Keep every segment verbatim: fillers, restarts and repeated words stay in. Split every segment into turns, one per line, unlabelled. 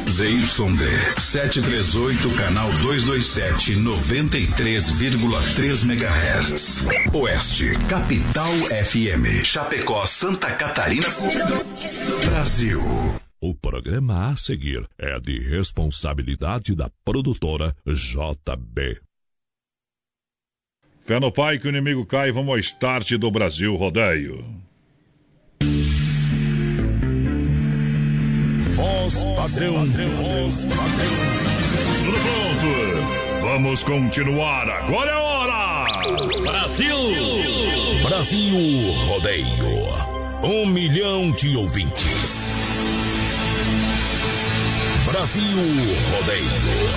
Z Y D sete três oito, canal duzentos e vinte e sete, noventa e três vírgula três megahertz. Oeste, Capital F M. Chapecó, Santa Catarina, Brasil.
O programa a seguir é de responsabilidade da produtora J B.
Fé no pai que o inimigo cai, vamos ao start do Brasil Rodeio.
Voz padrão, voz padrão.
Tudo pronto? Vamos continuar, agora é hora!
Brasil! Brasil Rodeio. Um milhão de ouvintes. Brasil Rodeio.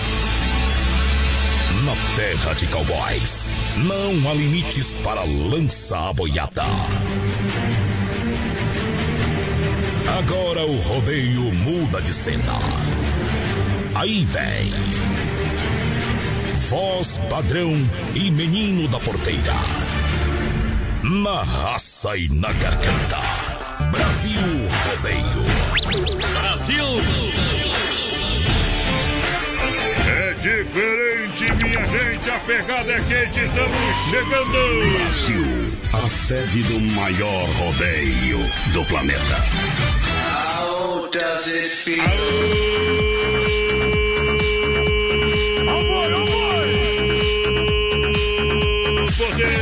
Na terra de cowboys, não há limites para lança a boiada. Agora o rodeio muda de cena. Aí vem Voz padrão e menino da porteira. Na raça e na garganta. Brasil Rodeio. Brasil!
É diferente, minha gente. A pegada é quente. Estamos chegando.
Brasil, a sede do maior rodeio do planeta.
How does it feel?
Oh boy, oh boy! Poder!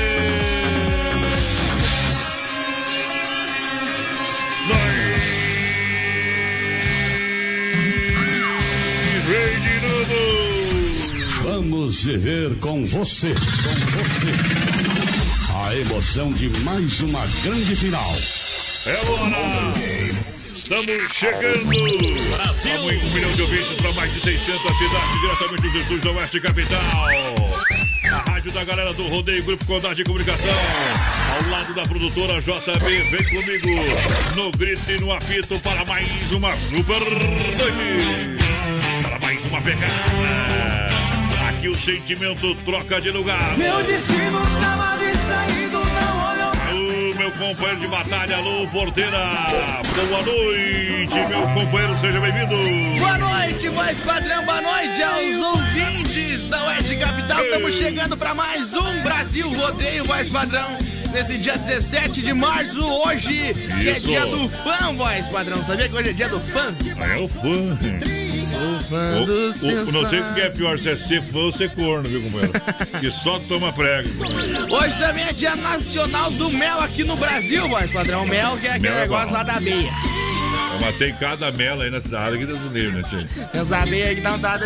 Vem de novo!
Vamos viver com você, com você, a emoção de mais uma grande final.
É hora! Estamos chegando! Brasil! Estamos em um milhão de ouvintes para mais de seiscentas cidades, diretamente dos estúdios da Oeste Capital. A rádio da galera do Rodeio, Grupo Condade de Comunicação. Ao lado da produtora J B, vem comigo no grito e no apito para mais uma super noite. Para mais uma pegada. Aqui o sentimento troca de lugar.
Meu destino tava distraído, não olhou.
Alô, meu companheiro de batalha, alô, porteira. Boa noite, meu companheiro, seja bem-vindo.
Boa noite, voz padrão, boa noite aos ouvintes da Oeste Capital. Estamos chegando para mais um Brasil Rodeio, voz padrão. Nesse dia dezessete de março, hoje, que é dia do fã, voz padrão. Sabia que hoje é dia do fã?
É o fã.
O fã
o,
do
o, Não sei o que é pior, se é ser fã ou ser corno, viu, companheiro? Que só toma prego.
Hoje também é dia nacional do mel aqui no Brasil, voz padrão. Mel que é aquele
Mel é
negócio
bom.
lá da abelha.
Mas tem cada mela aí na cidade que Deus do livro, né, tio?
Essa abelha aí que dá um dado.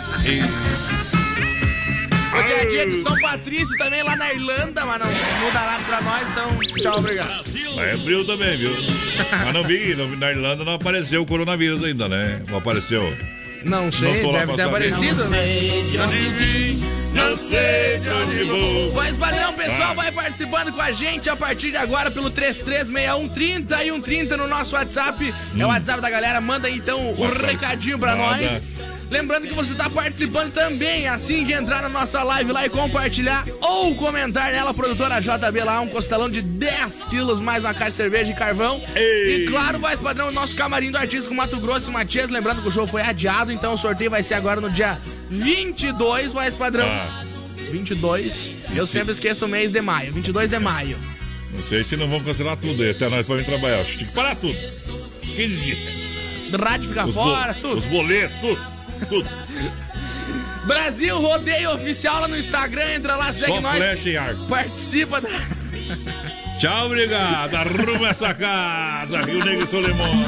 Hoje é dia de São Patrício também lá na Irlanda, mas não muda nada pra nós, então tchau, obrigado.
Mas é frio também, viu? Mas não vi, não, na Irlanda não apareceu o coronavírus ainda, né? Não apareceu.
Não sei,
não
deve ter aparecido, né?
De onde vim,
não sei de onde vou.
Voz padrão, pessoal, vai participando com a gente a partir de agora pelo três três seis um trinta e um trinta no nosso WhatsApp.
Hum.
É o WhatsApp da galera, manda aí então o
Nossa,
recadinho pra
nada.
nós. Lembrando que você tá participando também, assim que entrar na nossa live lá e compartilhar ou comentar nela, produtora J B lá, um costelão de dez quilos, mais uma caixa de cerveja e carvão.
Ei.
E claro, voz padrão, o nosso camarim do artista Mato Grosso e Matias, lembrando que o show foi adiado, então o sorteio vai ser agora no dia vinte e dois, voz padrão.
Ah.
vinte e dois, eu sempre esqueço o mês de maio, vinte e dois de maio.
Não sei se não vão cancelar tudo aí, até nós pra vir trabalhar. Tem que parar tudo. quinze dias.
Rádio fica
Os
fora,
bo-
tudo.
Os boletos, tudo. Tudo.
Brasil Rodeio Oficial lá no Instagram, entra lá, segue
Só
nós.
flecha e arco.
Participa da...
Tchau, obrigado. Arruma essa casa, Rio Negro e Solimões.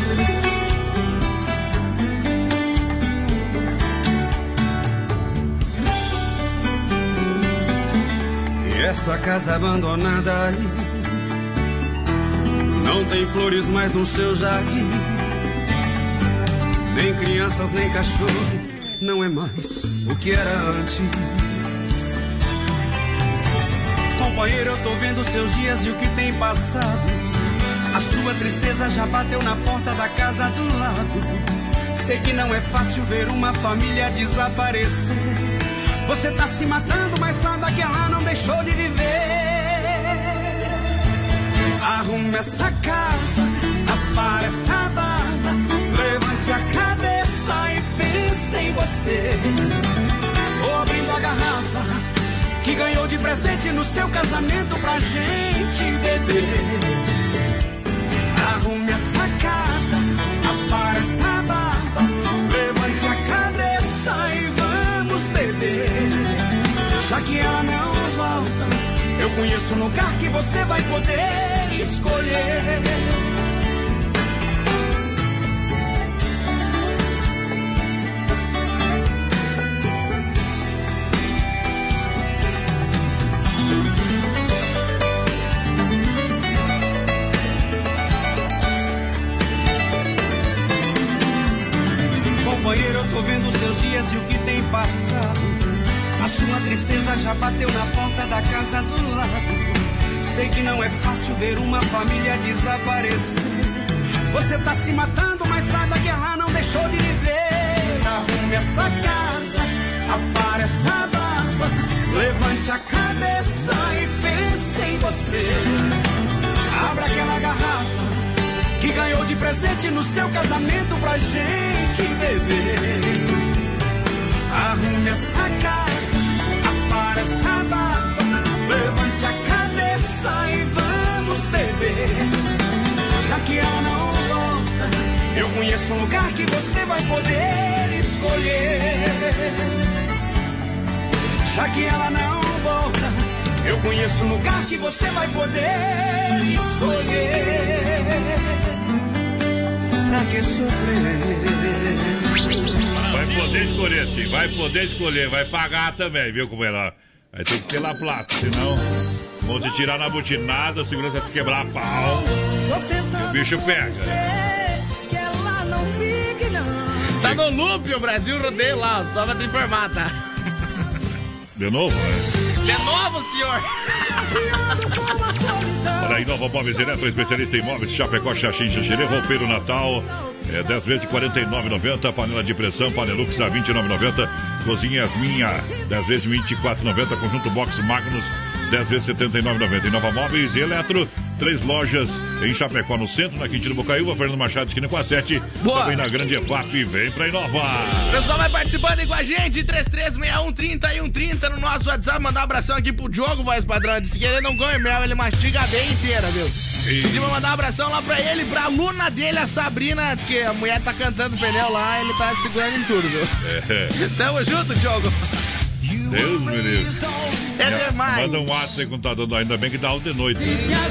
E essa casa abandonada aí não tem flores mais no seu jardim, nem crianças, nem cachorro, não é mais o que era antes. Companheiro, eu tô vendo seus dias e o que tem passado. A sua tristeza já bateu na porta da casa do lado. Sei que não é fácil ver uma família desaparecer. Você tá se matando, mas saiba que ela não deixou de viver. Arrume essa casa, apareça a barba, levante a cabeça. que ganhou de presente no seu casamento pra gente beber. Arrume essa casa, apare essa barba, levante a cabeça e vamos beber. Já que ela não volta, eu conheço um lugar que você vai poder escolher. Companheiro, eu tô vendo seus dias e o que tem passado. A sua tristeza já bateu na porta da casa do lado. Sei que não é fácil ver uma família desaparecer. Você tá se matando, mas saiba que ela não deixou de viver. Arrume essa casa, apare essa barba, levante a cabeça e pense em você. Abra aquela garrafa que ganhou de presente no seu casamento pra gente beber. Arrume essa casa, apare essa barba, levante a cabeça e vamos beber. Já que ela não volta, eu conheço um lugar que você vai poder escolher. Já que ela não volta, eu conheço um lugar que você vai poder escolher. Pra que sofrer?
Vai poder escolher, sim. Vai poder escolher. Vai pagar também, viu como é lá? Vai ter que ter lá plata, senão vão te tirar na butinada, a segurança vai te quebrar a pau. E o bicho pega.
Tá no loop o Brasil Rodeio lá, só pra te informar, tá?
De novo, né?
De novo, senhor!
Olha aí, Nova Móveis Eletro, especialista em móveis, Chapecó, Xaxim, Xaxerê, roupeiro Natal, é dez vezes quarenta e nove reais e noventa centavos, panela de pressão, Panelux a vinte e nove reais e noventa centavos, cozinha Yasminha, dez vezes vinte e quatro reais e noventa centavos, conjunto Box Magnus, dez vezes setenta e nove reais e noventa centavos. E Nova Móveis Eletro, três lojas em Chapecó, no centro, na Quintino Bocaiúva, Fernando Machado, esquina com a sete,
boa.
Também na Grande E F A P, vem pra Inova.
O pessoal vai participando aí com a gente, três três seis um, três um três zero no nosso WhatsApp, mandar um abração aqui pro Diogo, voz padrão, disse que ele não come mel, ele mastiga bem inteira, viu?
E...
Pedimos mandar um abração lá pra ele, pra aluna dele, a Sabrina, diz que a mulher tá cantando pneu lá, ele tá segurando em tudo, viu? É. Tamo junto, Diogo.
Deus me livre.
É demais.
Manda um WhatsApp aí quando tá dando, ainda bem que dá aula de noite.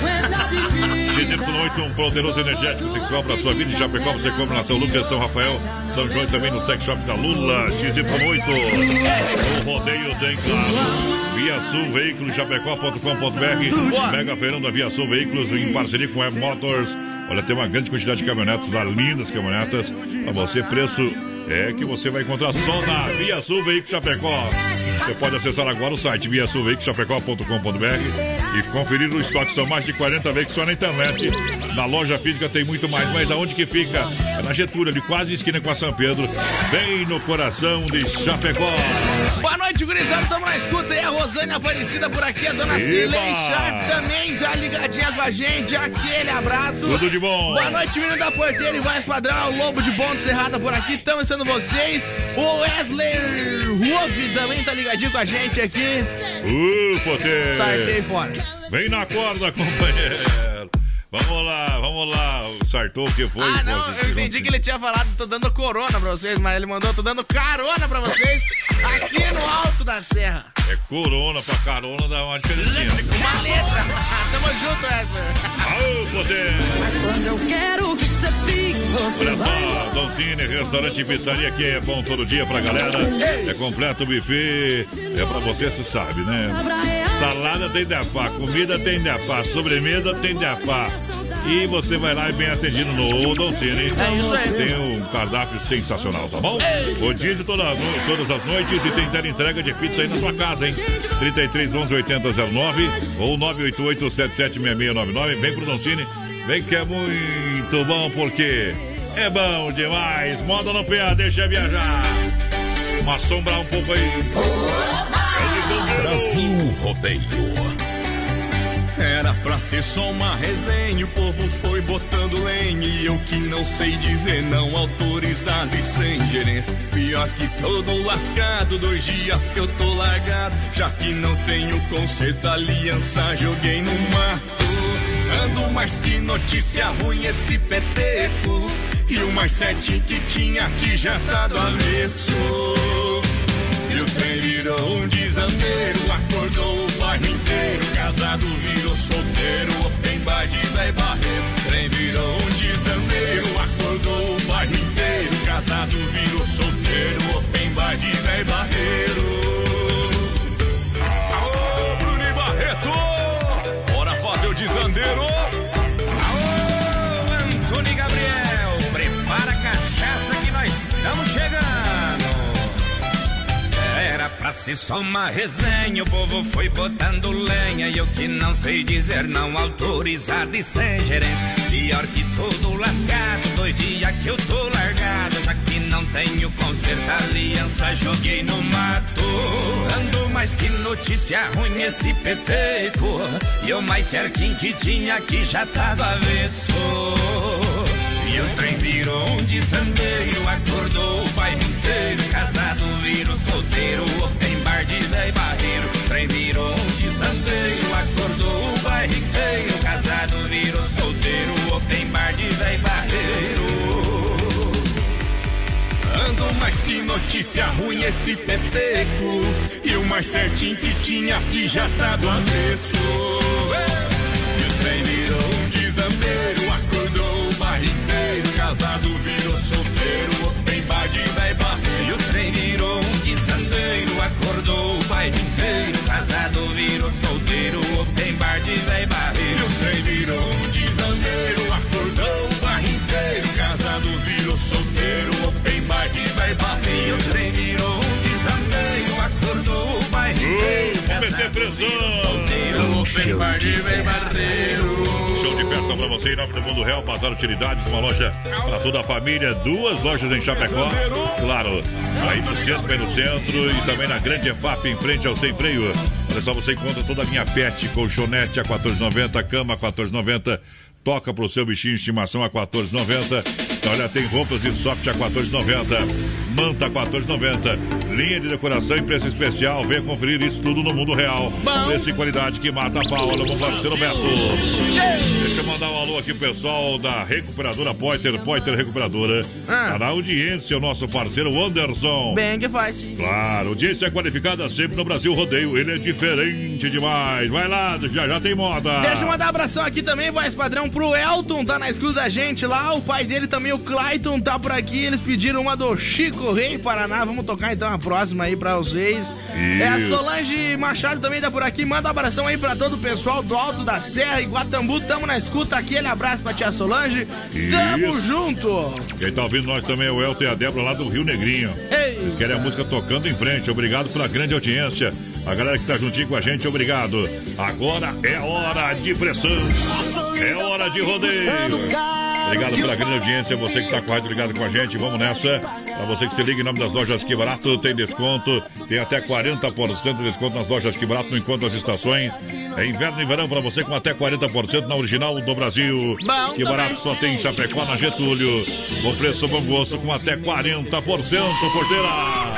X Y oito, um poderoso energético sexual pra sua vida. Em Chapecó você compra na São Lucas, São Rafael, São João e também no Sex Shop da Lula. X Y oito, o rodeio tem claro. Via Sul Veículos, chapecó ponto com ponto b r. Mega Feirão da Via Sul Veículos em parceria com Web Motors. Olha, tem uma grande quantidade de caminhonetas lá, lindas caminhonetas. Pra você, preço é que você vai encontrar só na Via Sul Veículos Chapecó. Você pode acessar agora o site via sul veículos chapecó ponto com ponto b r e conferir o estoque. São mais de quarenta veículos só na internet. Na loja física tem muito mais, mas aonde que fica? É na Getúlio, ali quase esquina com a São Pedro, bem no coração de Chapecó.
Boa noite, gurizada, estamos na escuta aí, a Rosane Aparecida por aqui, a dona Cirlei Sharp também tá ligadinha com a gente, aquele abraço.
Tudo de bom.
Boa noite, menino da Porteira e voz padrão, o Lobo de Bom de Serrada por aqui, estamos sendo vocês. O Wesley Ruff também tá ligadinho com a gente aqui.
Uh, poder.
Sartei fora.
Vem na corda, companheiro. Vamos lá, vamos lá. Sartou o que foi?
Ah, não, eu entendi que ele tinha falado, tô dando corona pra vocês, mas ele mandou, tô dando carona pra vocês aqui no alto da serra.
É corona pra carona, dá uma diferencinha.
Uma letra. Tamo junto, Wesley.
Aô, poder.
Mas quando eu quero que você fique, você
Olha
vai.
só, Donzini, restaurante e pizzaria aqui é bom todo dia pra galera. É completo o buffet. É pra você, você sabe, né? Salada tem de apá, comida tem de apá, sobremesa tem de apá. E você vai lá e bem atendido no Donzini.
É isso aí.
Tem um cardápio sensacional, tá bom? Rodízio toda, no, todas as noites e tem entrega de pizza aí na sua casa, hein? trinta e três, onze, oitenta, zero nove ou nove oito oito, sete sete seis seis nove nove. Vem pro Donzini, vem que é muito bom porque é bom demais. Moda no pé, deixa viajar. Uma sombra um pouco aí.
Brasil Rodeio.
Era pra ser só uma resenha, o povo foi botando lenha. E eu que não sei dizer não, autorizado e sem gerência. Pior que todo lascado, dois dias que eu tô largado. Já que não tenho conserto, aliança joguei no mato. Ando mais que notícia ruim esse peteco. E o mais certinho que tinha aqui já tá do avesso. E o trem virou um desandeiro, acordou o bairro inteiro. Casado virou solteiro, open bar de véi barreiro. O trem virou um desandeiro, acordou o bairro inteiro. Casado virou solteiro, open bar de véi barreiro. Aô, Bruno Barreto, bora fazer o desandeiro. Aô, Antônio Gabriel, prepara a cachaça que nós estamos chegando. Era pra ser só uma resenha, o povo foi botando lenha. E eu que não sei dizer não, autorizado e sem gerência. Pior que todo lascado, dois dias que eu tô largado. Já que não tenho conserto, aliança joguei no mato. Ando mais que notícia ruim esse peteco. E o mais certinho que tinha aqui já tá do avesso. E o trem virou um desandeiro, acordou o bairro inteiro. Casado virou solteiro, open bar de véi barreiro. O trem virou um desandeiro, acordou o bairro inteiro. Casado virou solteiro, open bar de véi barreiro. Ando mais que notícia ruim esse peteco. E o mais certinho que tinha aqui já tá do avesso. E o trem virou um desandeiro, acordou o bairro inteiro. Casado virou solteiro, open bar de véi barreiro. E o trem virou um desandeiro, acordou o bairro inteiro. Casado virou solteiro, open bar de véi barreiro. E o trem virou um desandeiro, acordou o bairro inteiro. Casado virou solteiro, open bar de véi barreiro. E o trem virou um desandeiro, acordou o bairro inteiro.
Casado virou
solteiro, open bar de véi barreiro.
Show de festa pra você em nome do Mundo Real, Bazar Utilidades, uma loja pra toda a família, duas lojas em Chapecó, claro, aí no centro, bem no centro e também na Grande E F A P, em frente ao Sem Freio. Olha só, você encontra toda a linha pet, colchonete a quatorze reais e noventa centavos, cama a quatorze reais e noventa centavos, toca pro seu bichinho de estimação a quatorze reais e noventa centavos. Olha, tem roupas de soft a quatorze reais e noventa centavos, manta a quatorze reais e noventa centavos, linha de decoração em preço especial. Venha conferir isso tudo no Mundo Real. Preço e qualidade que mata a pau. Olha, vamos lá, parceiro Beto. Deixa eu mandar um alô aqui pro pessoal da Recuperadora Poiter, Poiter Recuperadora.
Ah.
Tá na audiência o nosso parceiro Anderson.
Bem que faz.
Claro, audiência qualificada sempre no Brasil Rodeio. Ele é diferente demais. Vai lá, já já tem moda.
Deixa eu mandar um abração aqui também, voz padrão, pro Elton, tá na escuta da gente lá. O pai dele também, o Clayton, tá por aqui. Eles pediram uma do Chico Rei Paraná. Vamos tocar então a próxima aí pra vocês. Isso. É a Solange Machado também tá por aqui. Manda um abração aí pra todo o pessoal do Alto da Serra e Guatambu. Tamo na escuta. Aquele abraço pra tia Solange. Isso. Tamo junto.
Quem tá ouvindo nós também é o Elton e a Débora lá do Rio Negrinho. Ei. Eles querem a música tocando em frente. Obrigado pela grande audiência. A galera que tá juntinho com a gente, obrigado. Agora é hora de pressão. É hora de rodeio. Obrigado pela grande audiência, você que tá com a rádio ligado com a gente, vamos nessa. Pra você que se liga em nome das lojas Que Barato, tem desconto, tem até quarenta por cento de desconto nas lojas Que Barato, no encontro das estações. É inverno e verão pra você com até quarenta por cento na original do Brasil. Bom, Que Barato só tem em Chapecó, na Getúlio. Com preço bom gosto com até quarenta por cento, porteira.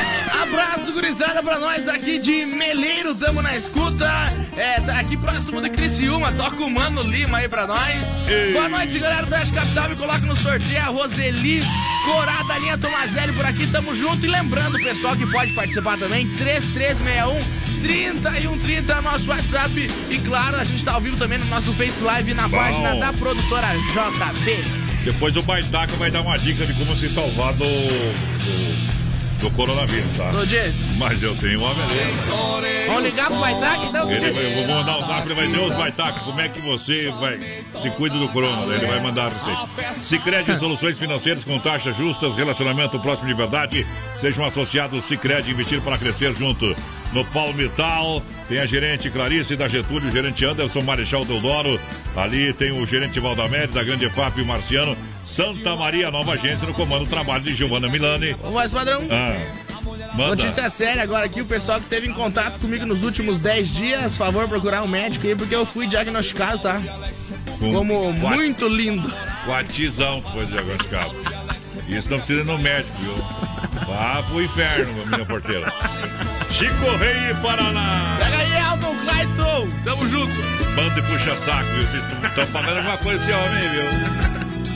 Abraço, gurizada, pra nós aqui de Meleiro, tamo na escuta. É, aqui próximo de Criciúma, toca o Mano Lima aí pra nós. Ei. Boa noite, galera do Oeste Capital, me coloca no sorteio a Roseli Corada, linha Tomazelli por aqui, tamo junto. E lembrando, o pessoal que pode participar também, três três seis um, trinta e um trinta, nosso WhatsApp. E claro, a gente tá ao vivo também no nosso Face Live na Bom. página da produtora J B.
Depois o Baitaca vai dar uma dica de como se salvar do... do... do coronavírus, tá?
Não diz.
Mas eu tenho uma beleza.
Vamos ligar pro Baitaca, então?
Ele vai, eu vou mandar o zap, ele vai dizer, os Baitaca, como é que você vai se cuida do corona? Ele vai mandar pra você. Sicredi Soluções Financeiras com taxas justas, relacionamento próximo de verdade. Sejam associados Sicredi, investir para crescer junto. No Palmital, tem a gerente Clarice da Getúlio, o gerente Anderson Marechal Deodoro. Ali tem o gerente Valdamério da Grande E F A P, o Marciano. Santa Maria, nova agência no comando do trabalho de Giovana Milani.
O mais padrão.
Ah, Manda.
Notícia séria agora aqui, o pessoal que teve em contato comigo nos últimos dez dias, favor procurar um médico aí, porque eu fui diagnosticado, tá?
Com
Como
quat...
muito lindo.
Com a tisão que foi diagnosticado. Isso não precisa ir no médico, viu? Vá pro inferno, minha porteira. Chico Rei, Paraná.
Pega aí, Elton Clayton. Tamo junto.
Bando e puxa saco, viu? Vocês estão falando alguma coisa esse homem, viu?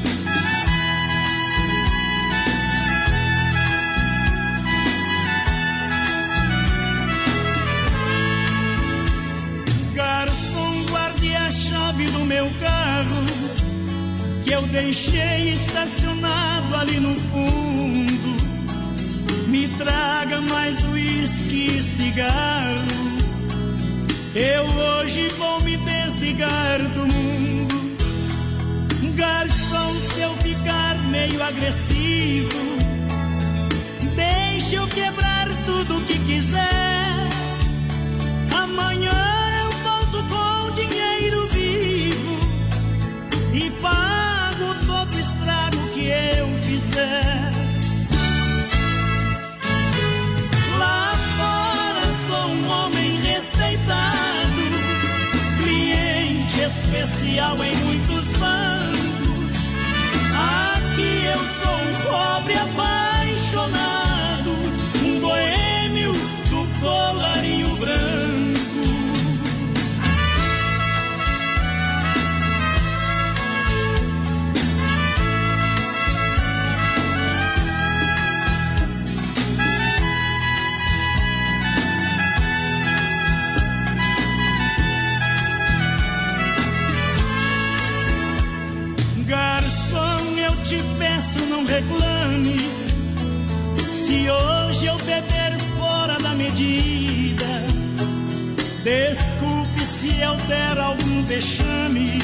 Garçom, guarde a chave do meu carro, que eu deixei estacionado ali no fundo. Me traga mais uísque e cigarro, eu hoje vou me desligar do mundo. Garçom, se eu ficar meio agressivo, deixa eu quebrar tudo que quiser. Amanhã eu volto com dinheiro vivo e pago todo o estrago que eu fizer. Lá fora sou um homem respeitado, cliente especial em muitos bancos. Aqui eu sou um pobre apaixonado, um boêmio do colarinho branco. Garçom, eu te peço, não reclame se hoje eu beber fora da medida. Desculpe se eu der algum vexame,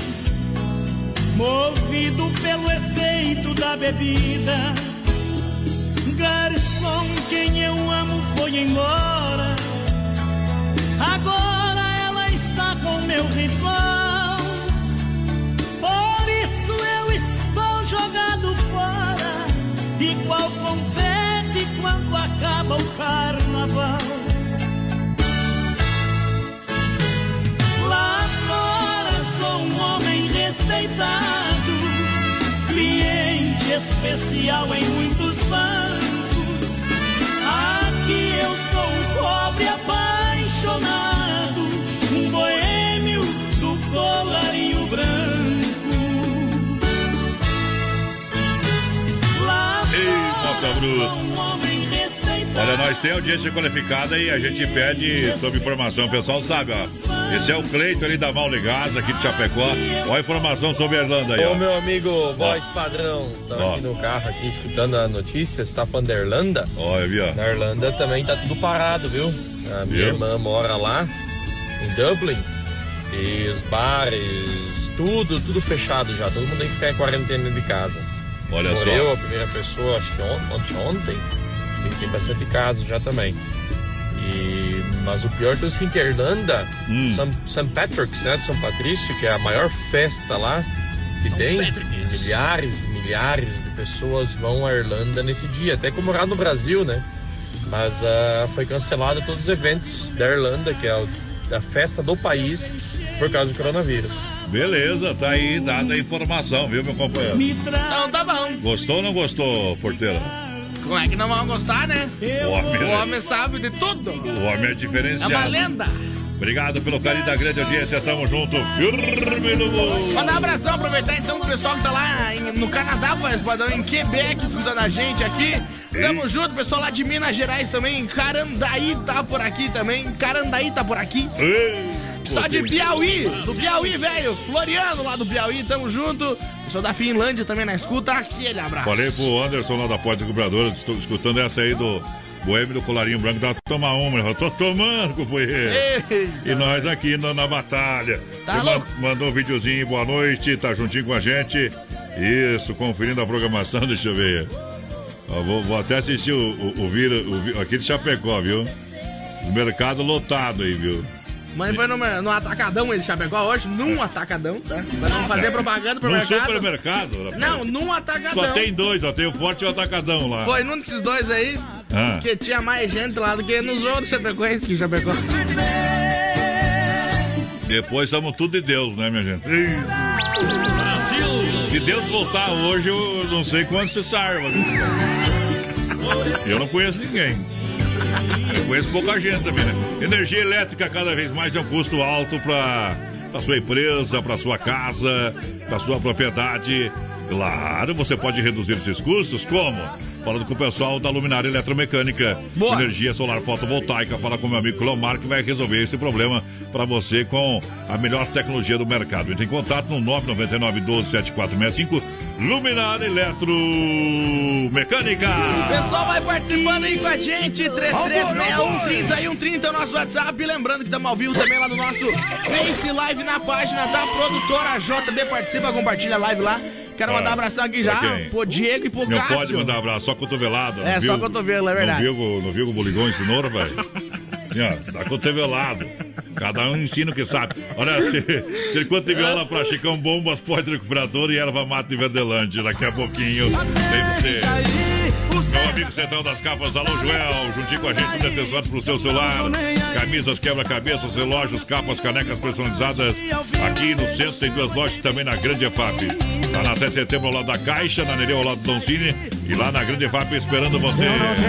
movido pelo efeito da bebida. Garçom, quem eu amo foi embora, agora ela está com meu rival. Por isso eu estou jogado fora, igual confete quando acaba o carnaval. Lá fora sou um homem respeitado, cliente especial em muitos bancos. Aqui eu sou um pobre apaixonado, um boêmio do colarinho branco. Lá fora sou um homem respeitado.
Olha, nós temos audiência qualificada e a gente pede sobre informação. O pessoal sabe, ó. Esse é o Cleito ali da Mal Ligados, aqui de Chapecó. Olha a informação sobre a Irlanda aí, ó.
Ô, meu amigo, voz padrão. Tô ó. aqui no carro, aqui, escutando a notícia. Você tá falando da Irlanda?
Olha, viu?
Na Irlanda também tá tudo parado, viu? A minha viu? irmã mora lá, em Dublin. E os bares, tudo, tudo fechado já. Todo mundo tem que ficar em quarentena de casa.
Olha
Morreu
só.
a primeira pessoa, acho que ontem, ontem. Tem, tem bastante casos já também. E, mas o pior é assim, que a Irlanda, hum. Saint Patrick's, né, de São Patrício, que é a maior festa lá que São tem, Patrick's. milhares e milhares de pessoas vão à Irlanda nesse dia, até como morar no Brasil, né? Mas uh, foi cancelado todos os eventos da Irlanda, que é a, a festa do país, por causa do coronavírus.
Beleza, tá aí dada a informação, viu, meu companheiro?
Então tá bom.
Gostou ou não gostou, porteira?
Como é que não vão gostar, né?
O homem,
o homem sabe de tudo.
O homem é diferenciado.
É uma lenda.
Obrigado pelo carinho da grande audiência. Tamo junto. Firme no mundo.
Mandar um abração, aproveitar então o pessoal que tá lá em, no Canadá, voz padrão, em Quebec, escutando a gente aqui. Tamo Ei. junto, pessoal lá de Minas Gerais também. Carandaí tá por aqui também. Carandaí tá por aqui.
Ei.
Pessoal de Piauí, do Piauí, velho. Floriano lá do Piauí, tamo junto. Pessoal da Finlândia também na escuta, aquele abraço.
Falei pro Anderson lá da Porta Cobradora, estou escutando essa aí do Boêmio do Colarinho Branco. Dá pra tomar uma, eu tô tomando, companheiro. E nós aqui na, na batalha.
Tá
ma mandou um videozinho, boa noite, tá juntinho com a gente. Isso, conferindo a programação, deixa eu ver. Ó, vou, vou até assistir o, o, o, vira, o aqui de Chapecó, viu? O mercado lotado aí, viu?
Mas foi no, no Atacadão ele Chapecó hoje, num Atacadão, tá? Pra não fazer propaganda pro
num
mercado.
supermercado?
Não, num Atacadão.
Só tem dois, ó, tem o Forte e o Atacadão lá.
Foi num desses dois aí,
Ah.
Porque tinha mais gente lá do que nos outros Chapecoenses que Chapecó.
Depois somos tudo de Deus, né, minha gente? Brasil! Se Deus voltar hoje, eu não sei quanto se salva. Eu não conheço ninguém. Eu conheço pouca gente também, né? Energia elétrica cada vez mais é um custo alto para a sua empresa, para sua casa, para sua propriedade. Claro, você pode reduzir esses custos, como? Falando com o pessoal da Luminária Eletromecânica.
Boa.
Energia solar fotovoltaica. Fala com o meu amigo Cleomar, que vai resolver esse problema para você com a melhor tecnologia do mercado. Entre em contato no nove nove nove, um dois, sete quatro seis cinco. Luminária Eletromecânica.
O pessoal vai participando aí com a gente. três três seis um, trinta e um trinta é o nosso WhatsApp. Lembrando que estamos ao vivo também lá no nosso Face Live na página da produtora J B. Participa, compartilha a live lá. Quero mandar um abração aqui já pro Diego e pro
Não
Cássio.
pode mandar abraço, só cotovelado.
É, só cotovelo, é verdade.
Não viu, não viu o Boligão ensinou, velho? Tá cotovelado. Cada um ensina o que sabe. Olha, se, se cotovela pra Chicão Bombas, pode recuperador e erva mata e verdelante. Daqui a pouquinho tem você. Meu amigo Central das Capas, alô Joel, juntinho com a gente, um acessório pro seu celular, camisas, quebra-cabeças, relógios, capas, canecas personalizadas. Aqui no centro tem duas lojas também na Grande E F A P. Tá na sete de setembro ao lado da Caixa, na Nereu ao lado do Don Cine e lá na Grande E F A P esperando você.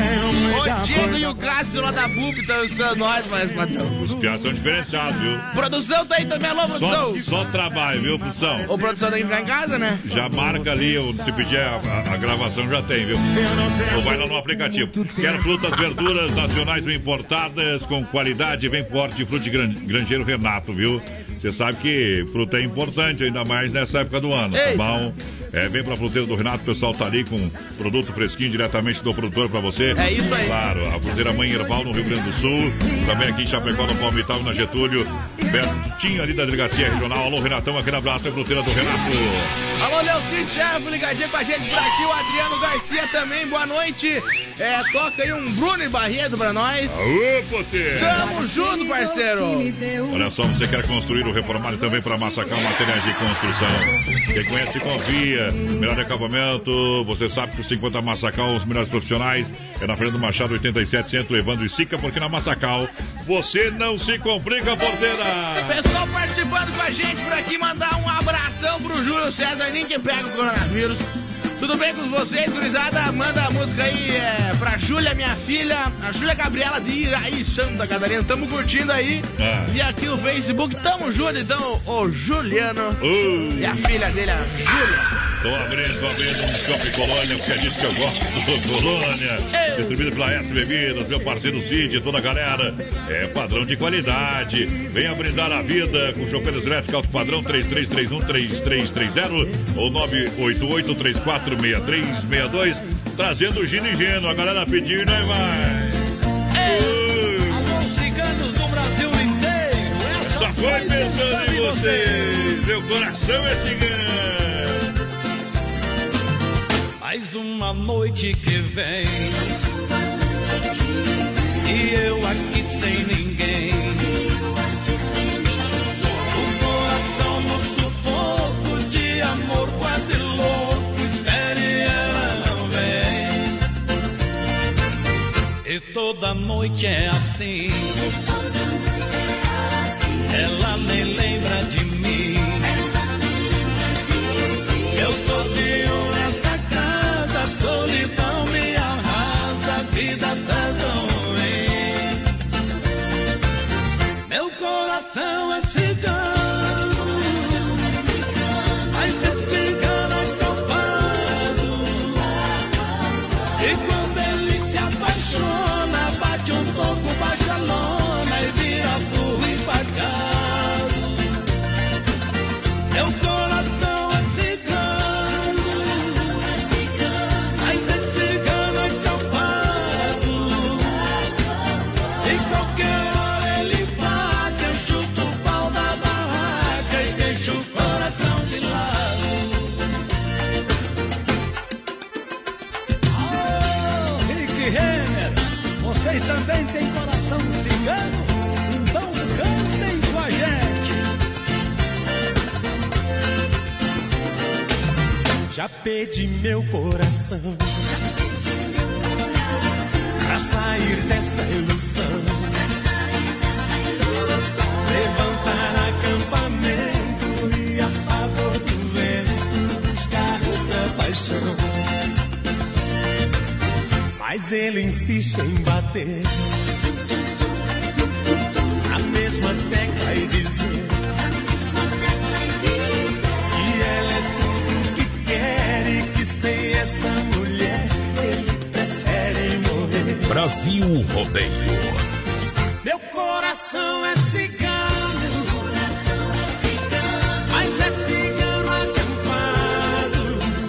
O Diego e o Cássio lá da B U P estão estudando nós, mas patrão.
Os piados são diferenciados, viu?
Produção tá aí também, alô, produção.
Só, só trabalho, viu, produção?
Ô, produção tem que ficar em casa, né?
Já marca ali, se pedir a, a, a gravação já tem, viu? Ou vai lá no aplicativo. Quero frutas, verduras nacionais ou importadas com qualidade, vem pro Hortifruti Grangeiro Renato, viu? Você sabe que fruta é importante, ainda mais nessa época do ano, tá bom? É, vem pra fruteira do Renato, o pessoal tá ali com produto fresquinho diretamente do produtor pra você.
É isso aí.
Claro, a fruteira Mãe Herbal no Rio Grande do Sul, também aqui em Chapecó, no Palmital, na Getúlio, pertinho ali da Delegacia Regional. Alô, Renatão, aquele abraço, a fruteira do Renato.
Alô, Leocir Chefe, ligadinho com a gente por aqui, o Adriano Garcia também, boa noite. É, toca aí um Bruno e Barreto pra nós.
Aô, Poter!
Tamo junto, parceiro!
Olha só, você quer construir ou reformar e também para Massacal Materiais de Construção. Quem conhece, confia. Melhor acabamento, você sabe que os cinquenta Massacal, os melhores profissionais, é na Fernando Machado oitenta e sete, Centro Evandro e Sica, porque na Massacal você não se complica, porteira!
Pessoal participando com a gente por aqui, mandar um abração pro Júlio César, ninguém pega o coronavírus. Tudo bem com vocês, gurizada? Manda a música aí é, pra Júlia, minha filha, a Júlia Gabriela de Iraí, Santa Catarina. Tamo curtindo aí.
Ah.
E aqui no Facebook, tamo junto, então, o Juliano
uh.
e a filha dele, a Júlia.
Tô abrindo, tô abrindo um Shopping Colônia, porque é disso que eu gosto do Colônia. Ei. Distribuído pela S Bebidas, meu parceiro Cid, toda a galera. É padrão de qualidade. Venha brindar a vida com chopeiros elétricos alto padrão três três três um, três três três zero ou nove oito oito, três quatro seis três seis dois. Trazendo gino e geno. A galera pediu e nós vai.
Alô, ciganos do Brasil inteiro.
Essa Só foi pensando em vocês. Meu coração é cigano.
Mais uma noite que vem e eu aqui sem ninguém. O coração no sufoco de amor quase louco. Espere, ela não vem. E toda noite é assim. Ela nem lembra de mim. Eu sozinho nessa casa, a solidão me arrasa, a vida tá tão ruim. Meu coração é cigano, mas é cigano acabado. E quando ele se apaixona, bate um toco, baixa a lona e vira burro empacado. Meu coração é cigano, mas é cigano acabado. E qualquer hora ele bate, eu chuto o pau da barraca e deixo o coração de lado. Oh, Rick Renner, vocês também têm coração cigano? Então cantem com a gente. Já pedi meu coração pra ele insiste em bater a mesma tecla e dizer que ela é tudo que quer e que sem essa mulher ele prefere morrer.
Brasil Rodeio.
Meu coração é cigano, mas é cigano acampado.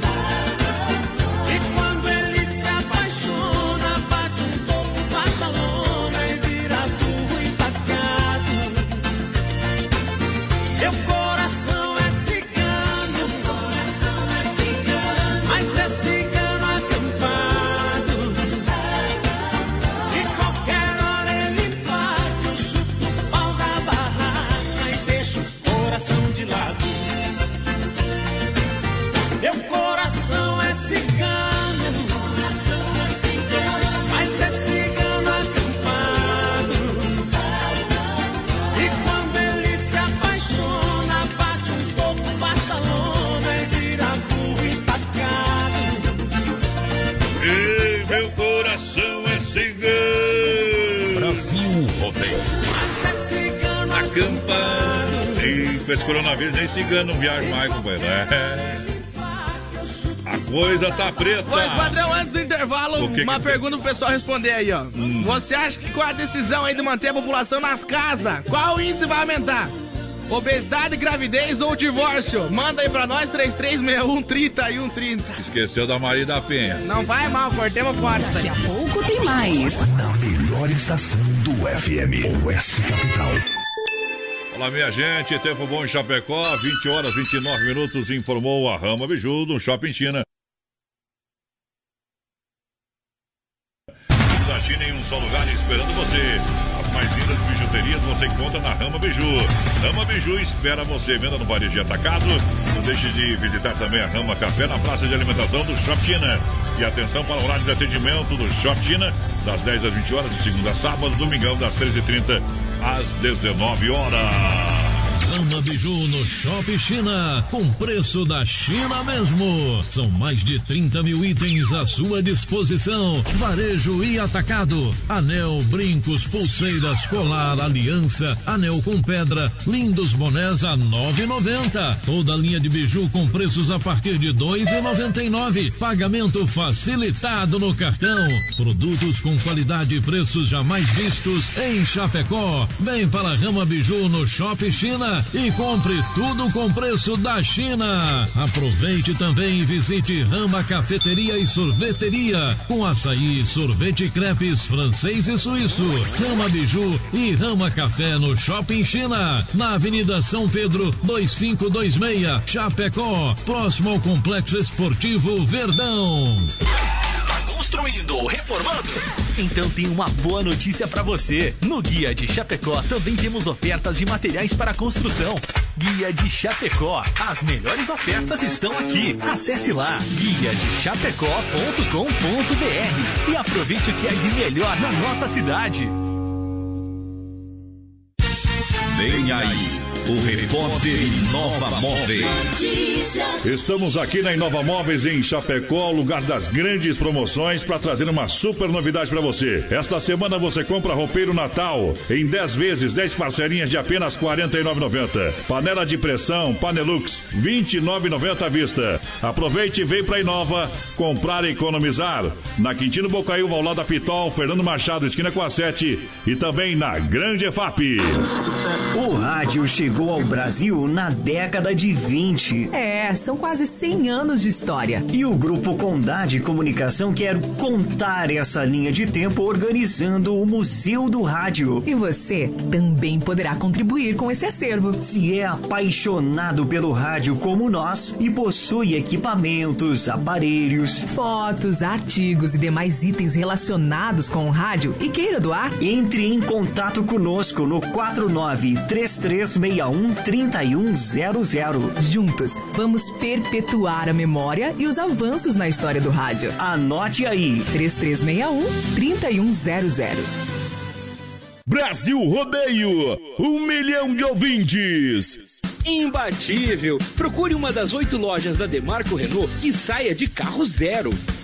E quando ele se apaixona, bate um pouco, baixa a lona e vira burro empacado. Meu coração é cigano, mas é cigano acampado. E qualquer hora ele bate, eu chuto o pau da barraca e deixo o coração de lado. Meu coração é cigano, mas é cigano acampado. E quando ele se apaixona, bate um pouco, baixa a lona e vira burro empacado.
Ei, meu coração é cigano.
Brasil Rodeio.
É cigano
Acampado. Ei, com esse coronavírus nem cigano viaja mais, companheiro. É. A coisa tá preta.
Pois, padrão, antes do intervalo,
O que que
uma
tem?
pergunta pro pessoal responder aí, ó. Você acha que com a decisão aí de manter a população nas casas, qual índice vai aumentar? Obesidade, gravidez ou divórcio? Manda aí pra nós, três três seis um, trinta e um trinta.
Esqueceu da Maria da Penha.
Não vai mal, cortemos fora isso aí.
Daqui a pouco tem mais.
Na melhor estação do F M, Oeste Capital.
Olá, minha gente, tempo bom em Chapecó, vinte horas, vinte e nove minutos, informou a Rama Biju do Shopping China. Da China em um só lugar esperando você. As mais lindas bijuterias você encontra na Rama Biju. Rama Biju espera você. Venda no varejo de atacado. Não deixe de visitar também a Rama Café na praça de alimentação do Shopping China. E atenção para o horário de atendimento do Shopping China, das dez às vinte horas, de segunda a sábado, domingão das treze e trinta às dezenove horas.
Rama Biju no Shopping China, com preço da China mesmo. São mais de trinta mil itens à sua disposição. Varejo e atacado. Anel, brincos, pulseiras, colar, aliança, anel com pedra, lindos bonés a nove reais e noventa centavos. Toda linha de biju com preços a partir de dois reais e noventa e nove centavos. Pagamento facilitado no cartão. Produtos com qualidade e preços jamais vistos em Chapecó. Vem para a Rama Biju no Shopping China e compre tudo com preço da China. Aproveite também e visite Rama Cafeteria e Sorveteria, com açaí, sorvete, crepes francês e suíço. Rama Biju e Rama Café no Shopping China, na Avenida São Pedro dois cinco dois seis, Chapecó, próximo ao Complexo Esportivo Verdão.
Construindo, reformando? Então tem uma boa notícia pra você. No Guia de Chapecó também temos ofertas de materiais para construção. Guia de Chapecó. As melhores ofertas estão aqui. Acesse lá guia de chapecó ponto com ponto br e aproveite o que é de melhor na nossa cidade.
Vem aí, o repórter Inova Móveis.
Estamos aqui na Inova Móveis em Chapecó, lugar das grandes promoções, para trazer uma super novidade para você. Esta semana você compra roupeiro Natal em dez vezes, dez parcelinhas de apenas quarenta e nove reais e noventa centavos. Panela de pressão Panelux, vinte e nove reais e noventa centavos à vista. Aproveite e vem para Inova comprar e economizar. Na Quintino Bocaiúva, ao lado da Pitol, Fernando Machado, esquina com a sete, e também na Grande E F A P.
O rádio chegou ao Brasil na década de vinte.
É, são quase cem anos de história.
E o Grupo Condade Comunicação quer contar essa linha de tempo organizando o Museu do Rádio.
E você também poderá contribuir com esse acervo.
Se é apaixonado pelo rádio como nós e possui equipamentos, aparelhos,
fotos, artigos e demais itens relacionados com o rádio e queira doar,
entre em contato conosco no quatro nove três três seis um, três um zero zero.
Juntos, vamos perpetuar a memória e os avanços na história do rádio.
Anote aí:
três três seis um, três um zero zero.
Brasil Rodeio, um milhão de ouvintes.
Imbatível. Procure uma das oito lojas da Demarco Renault e saia de carro zero.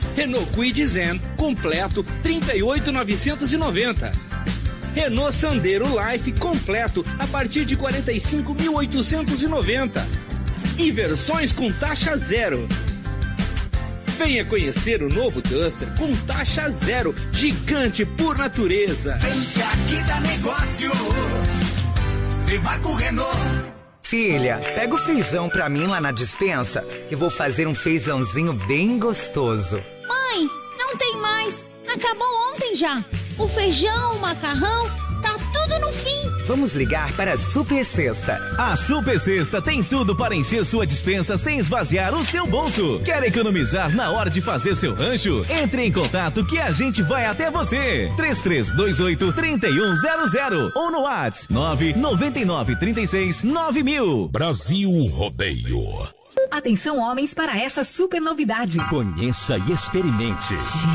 Renault Kwid Zen completo trinta e oito mil novecentos e noventa. Renault Sandero Life completo a partir de quarenta e cinco mil oitocentos e noventa. E versões com taxa zero. Venha conhecer o novo Duster com taxa zero, gigante por natureza.
Vem que aqui dá negócio. Vem Marco Renault.
Filha, pega o feijão pra mim lá na despensa, que vou fazer um feijãozinho bem gostoso.
Mãe, não tem mais. Acabou ontem já. O feijão, o macarrão, tá tudo no fim.
Vamos ligar para a Super Sexta.
A Super Sexta tem tudo para encher sua despensa sem esvaziar o seu bolso. Quer economizar na hora de fazer seu rancho? Entre em contato que a gente vai até você. três três dois oito, três um zero zero ou no WhatsApp nove nove nove três seis nove mil.
Brasil Rodeio.
Atenção, homens, para essa super novidade.
Conheça e experimente.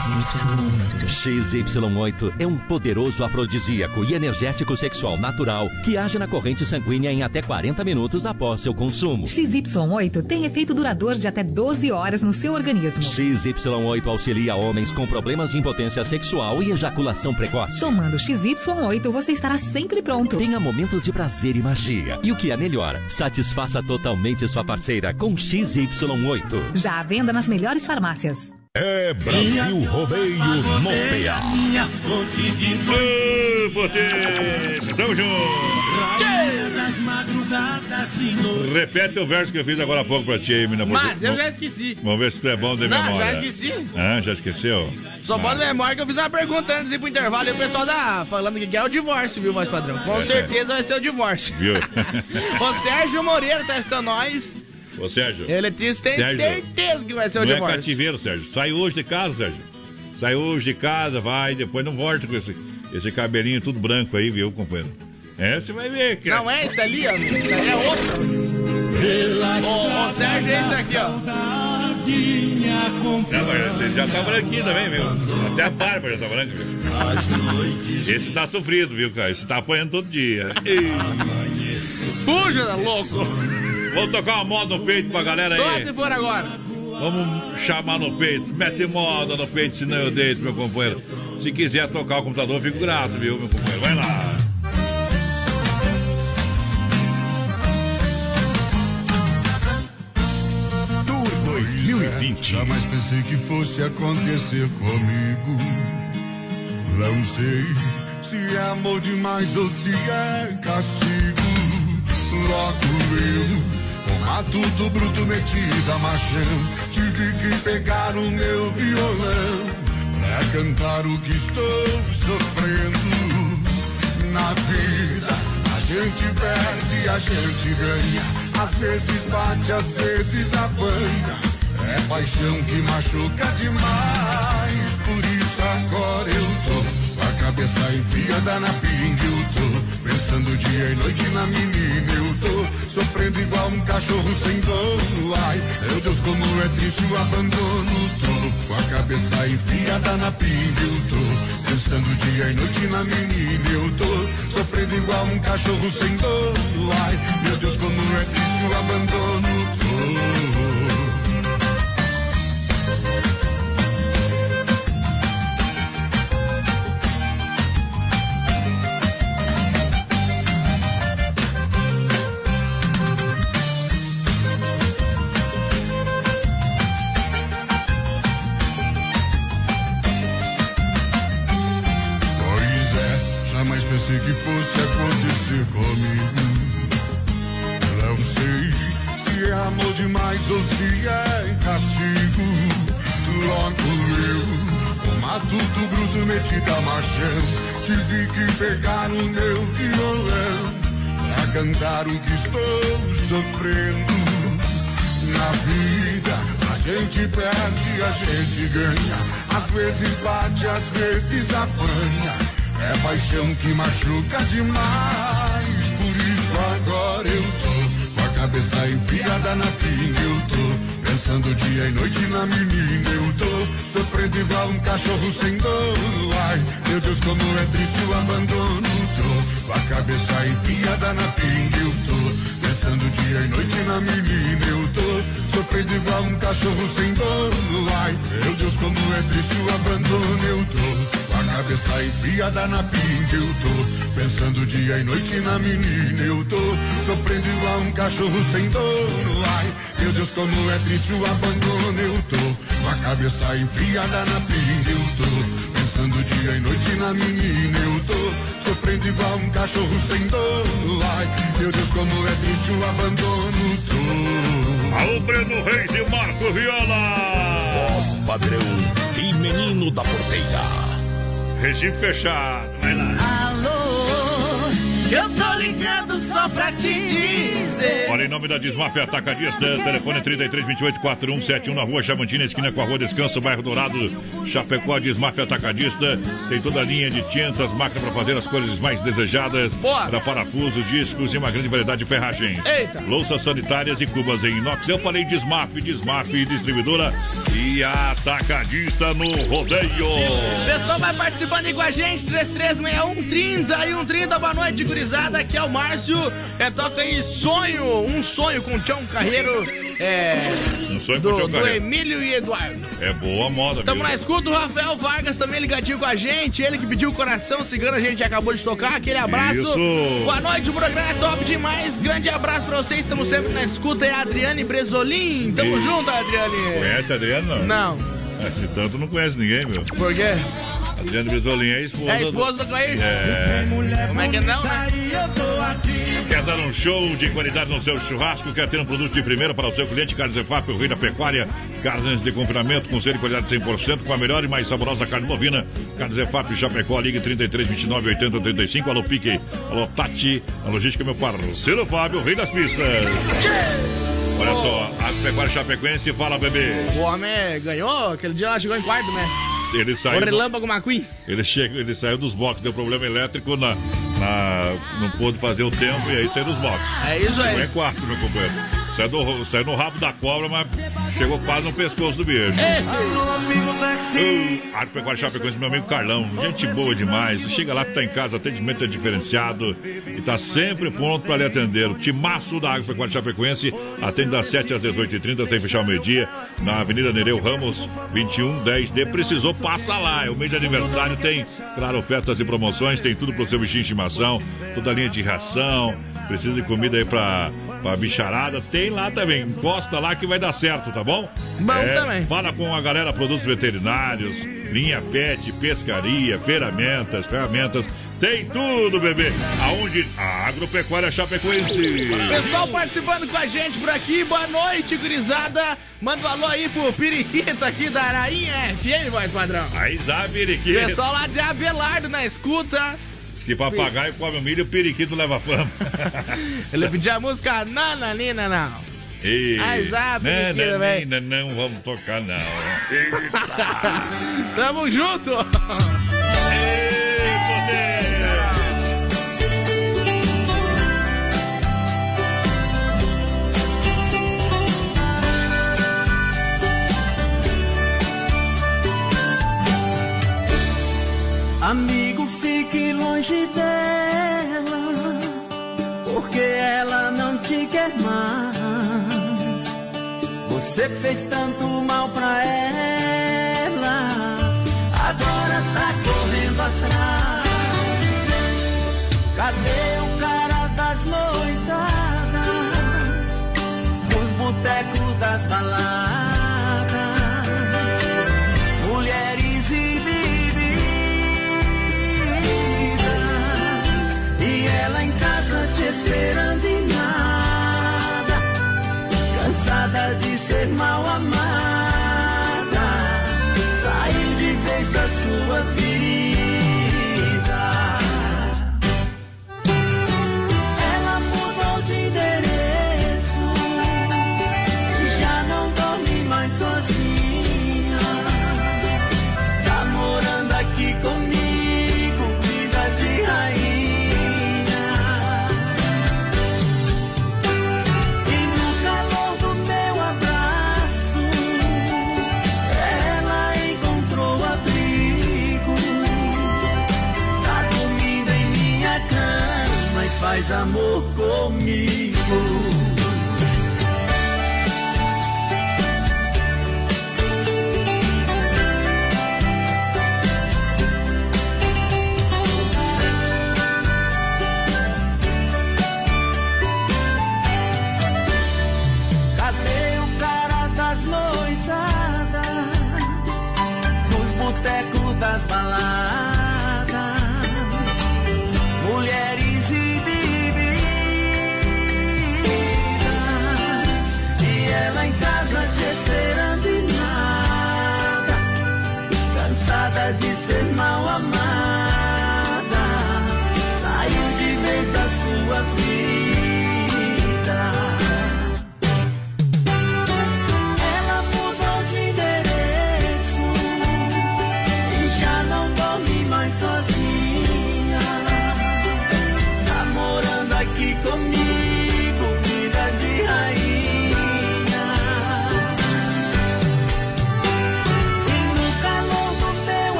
X Y oito é um poderoso afrodisíaco e energético sexual natural que age na corrente sanguínea em até quarenta minutos após seu consumo.
X Y oito tem efeito duradouro de até doze horas no seu organismo.
X Y oito auxilia homens com problemas de impotência sexual e ejaculação precoce.
Tomando X Y oito, você estará sempre pronto.
Tenha momentos de prazer e magia. E o que é melhor, satisfaça totalmente sua parceira com X Y oito.
Já à venda nas melhores farmácias.
É Brasil Rodeio no P A.
Minha fonte de
Ô, Potês, tamo junto.
das madrugadas, senhor.
Repete o verso que eu fiz agora há pouco pra ti aí, menina.
Mas eu já esqueci.
Vamos ver se tu é bom de
Não,
memória.
já esqueci.
Ah, já esqueceu?
Só
ah.
pode memória que eu fiz uma pergunta antes de ir pro intervalo e o pessoal tá falando que é o divórcio, viu, voz padrão? Com
É,
certeza vai ser o divórcio.
Viu?
O Sérgio Moreira tá estando nós.
Ô, Sérgio.
Ele disse, tem
Sérgio,
certeza que vai ser o
não
divórcio.
É cativeiro, Sérgio. Sai hoje de casa, Sérgio. Sai hoje de casa, vai, depois não volta com esse, esse cabelinho tudo branco aí, viu, companheiro? É, você vai ver, cara.
Não é esse ali, ó. Isso aí é outro. Ô, Sérgio, é esse aqui, ó.
Não, mas esse já tá branquinho também, viu? Até a barba já tá branca, viu? Esse tá sofrido, viu, cara? Esse tá apanhando todo dia.
Fuja, louco.
Vamos tocar uma moda no peito pra galera aí.
Só se for agora.
Vamos chamar no peito. Mete moda no peito, senão eu deito, meu companheiro. Se quiser tocar o computador, eu fico grato, viu, meu companheiro? Vai lá.
Tour dois mil e vinte.
Jamais pensei que fosse acontecer comigo. Não sei se é amor demais ou se é castigo. Logo eu, com matuto bruto metido a machão, tive que pegar o meu violão pra cantar o que estou sofrendo. Na vida a gente perde, a gente ganha, às vezes bate, às vezes apanha. É paixão que machuca demais, por isso agora eu tô com a cabeça enfiada na pinga, eu tô pensando dia e noite na menina, eu tô sofrendo igual um cachorro sem dono. Ai, meu Deus, como é triste o abandono. Tô com a cabeça enfiada na pinga, eu tô pensando dia e noite na menina, eu tô sofrendo igual um cachorro sem dono. Ai, meu Deus, como é triste o abandono. Tô. Pensei que fosse acontecer comigo. Não sei se é amor demais ou se é castigo. Logo eu, com matuto bruto metido a machão, tive que pegar o meu violão pra cantar o que estou sofrendo. Na vida a gente perde, a gente ganha, às vezes bate, às vezes apanha. É paixão que machuca demais, por isso agora eu tô com a cabeça enfiada na pinga, eu tô pensando dia e noite na menina, eu tô sofrendo igual um cachorro sem dono. Ai, meu Deus, como é triste o abandono. Tô com a cabeça enfiada na pinga, eu tô pensando dia e noite na menina, eu tô sofrendo igual um cachorro sem dono. Ai, meu Deus, como é triste o abandono. Eu tô com a cabeça enfiada na pinga. Eu tô pensando dia e noite na menina. Eu tô sofrendo igual um cachorro sem dono. Ai, meu Deus, como é triste o abandono. Eu tô com a cabeça enfiada na pinga. Eu tô pensando dia e noite na menina. Eu tô sofrendo igual um cachorro sem dono. Ai, meu Deus, como é triste o abandono. Tô.
Alô, Breno Reis e Marco Viola.
Voz padrão e menino da porteira.
Regime fechado, vai lá.
Alô, eu tô ligando só pra te dizer.
Olha, em nome da Desmaf Atacadista, telefone trinta e três, vinte e oito, quarenta e um setenta e um na rua Chamantina, esquina com a rua Descanso, bairro Dourado, Chapecó. Desmaf Atacadista tem toda a linha de tintas, máquina para fazer as cores mais desejadas.
Boa.
Para parafusos, discos e uma grande variedade de ferragens.
Eita.
Louças sanitárias e cubas em inox. Eu falei Desmaf, Desmaf, distribuidora e atacadista no rodeio.
Pessoal vai participando aí com a gente, três três seis um, trinta e um trinta. Boa noite, gurizada. Aqui é o Márcio. É, toca aí Sonho, um sonho com o Tião Carreiro. É.
Um sonho
do,
com o Tião
do
Carreiro.
Emílio e Eduardo.
É boa moda,
Tamo
mesmo.
na escuta, o Rafael Vargas também ligadinho com a gente. Ele que pediu o coração cigano, a gente acabou de tocar. Aquele abraço.
Isso.
Boa noite, o programa é top demais. Grande abraço pra vocês, estamos sempre na escuta. É a Adriane Bresolim. Tamo
E...
junto, Adriane.
Conhece a Adriane, não?
Não.
É, se tanto não conhece ninguém, meu.
Por quê?
Adriane Bresolim é a esposa.
É a esposa do, do Clair?
É.
Como é que não, né?
Quer dar um show de qualidade no seu churrasco? Quer ter um produto de primeira para o seu cliente? Carnes E F A P, o rei da pecuária. Carnes de confinamento com selo de qualidade cem por cento, com a melhor e mais saborosa carne bovina. Carnes E F A P, Chapecó, ligue trinta e três, vinte e nove, oitenta, trinta e cinco. Alô, Pique. Alô, Tati. A logística, meu parceiro Fábio, o rei das pistas. Olha só, a pecuária chapecoense, fala, bebê.
O homem ganhou, aquele dia ela chegou em quarto, né?
Ele saiu.
O Relâmpago McQueen.
Ele, chegou, ele saiu dos boxes, deu problema elétrico, na, na, não pôde fazer o tempo e aí saiu dos boxes.
É isso aí.
Chegou em quarto, meu companheiro. Saiu, do, saiu no rabo da cobra, mas chegou quase no pescoço do bicho. Uh, Agropecuária Chapecoense, meu amigo Carlão, gente boa demais. Chega lá que tá em casa, atendimento é diferenciado e tá sempre pronto para lhe atender. O timaço da Agropecuária Chapecoense atende das sete às dezoito e trinta, sem fechar o meio-dia, na Avenida Nereu Ramos, vinte e um dez D. Precisou, passa lá. É o mês de aniversário, tem, claro, ofertas e promoções, tem tudo pro seu bichinho de estimação, toda a linha de ração. Precisa de comida aí pra, pra bicharada, tem lá também. Encosta lá que vai dar certo, tá bom?
Bom
é,
também.
Fala com a galera, produtos veterinários, linha pet, pescaria, ferramentas, ferramentas. Tem tudo, bebê. Aonde? A Agropecuária Chapecoense.
Pessoal participando com a gente por aqui. Boa noite, gurizada. Manda um alô aí pro Periquito aqui da Arainha F M, voz padrão.
Aí dá, Periquito.
Pessoal lá de Abelardo na escuta.
Que papagaio come o milho, o periquito leva fama.
Ele pediu a música Nananina, não.
E...
Ai, zap, periquito, velho.
Nananina, não vamos tocar, não.
Tamo junto.
Ei, poder.
Amigo, fique longe dela, porque ela não te quer mais. Você fez tanto mal pra ela, agora tá correndo atrás. Cadê o cara das noitadas, os botecos das baladas, mulheres e ela em casa te esperando e nada, cansada de ser mal amada, saiu de vez da sua vida. Ela mudou de endereço e já não dorme mais sozinha, tá morando aqui comigo, vida de rainha. Faz amor comigo.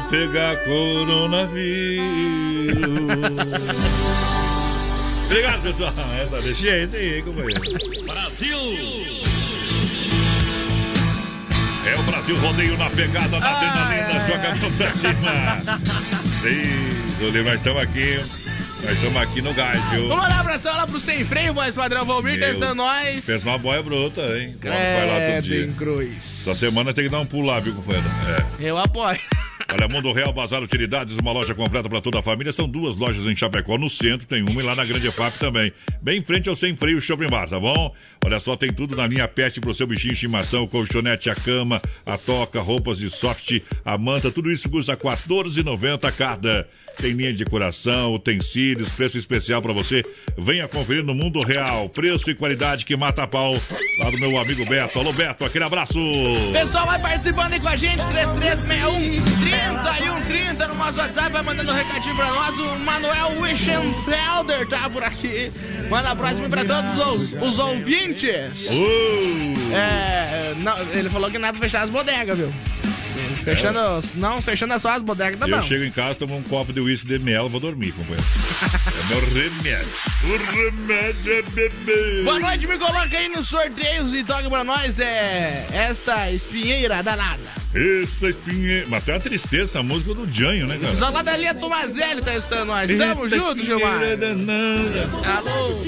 pegar coronavírus. Obrigado, pessoal. Essa deixei esse aí, companheiro.
Brasil!
É o Brasil Rodeio na pegada, na adrenalina, joga a mão pra cima. Sim, nós estamos aqui. Nós estamos aqui no gás, viu?
Vamos lá, abração lá pro Sem Freio, voz padrão Valmir, testando nós.
Fez uma boia bruta, hein? Vai lá todo dia.
Cruz.
Essa semana tem que dar um pulo lá, viu, companheiro? É.
Eu apoio.
Olha, Mundo Real Bazar Utilidades, uma loja completa para toda a família. São duas lojas em Chapecó, no centro, tem uma e lá na Grande E F A P também. Bem em frente ao Sem Freio Shopping Bar, tá bom? Olha só, tem tudo na linha Pet pro seu bichinho de estimação, o colchonete, a cama, a toca, roupas de soft, a manta, tudo isso custa quatorze reais e noventa centavos cada. Tem linha de decoração, utensílios, preço especial para você. Venha conferir no Mundo Real. Preço e qualidade que mata a pau. Lá do meu amigo Beto. Alô, Beto, aquele abraço.
Pessoal, vai participando aí com a gente. três três seis um, trinta e um trinta no nosso WhatsApp. Vai mandando um recadinho pra nós. O Manuel Wischenfelder tá por aqui. Manda a próxima pra todos os, os ouvintes.
Uh.
É, não, ele falou que não é pra fechar as bodegas, viu? Fechando, é. Não, fechando só as bodegas, tá bom.
Eu chego em casa, tomo um copo de uísque de mel, vou dormir, companheiro. É meu remédio. O remédio é beber.
Boa noite, me coloca aí nos sorteios e toca pra nós é esta espinheira danada.
Essa espinheira. Mas tem uma tristeza essa música do Janho, né, cara?
Só lá da linha Tomazelli tá estando nós. Tamo
Esta
junto, Gilmar.
Danada.
Alô.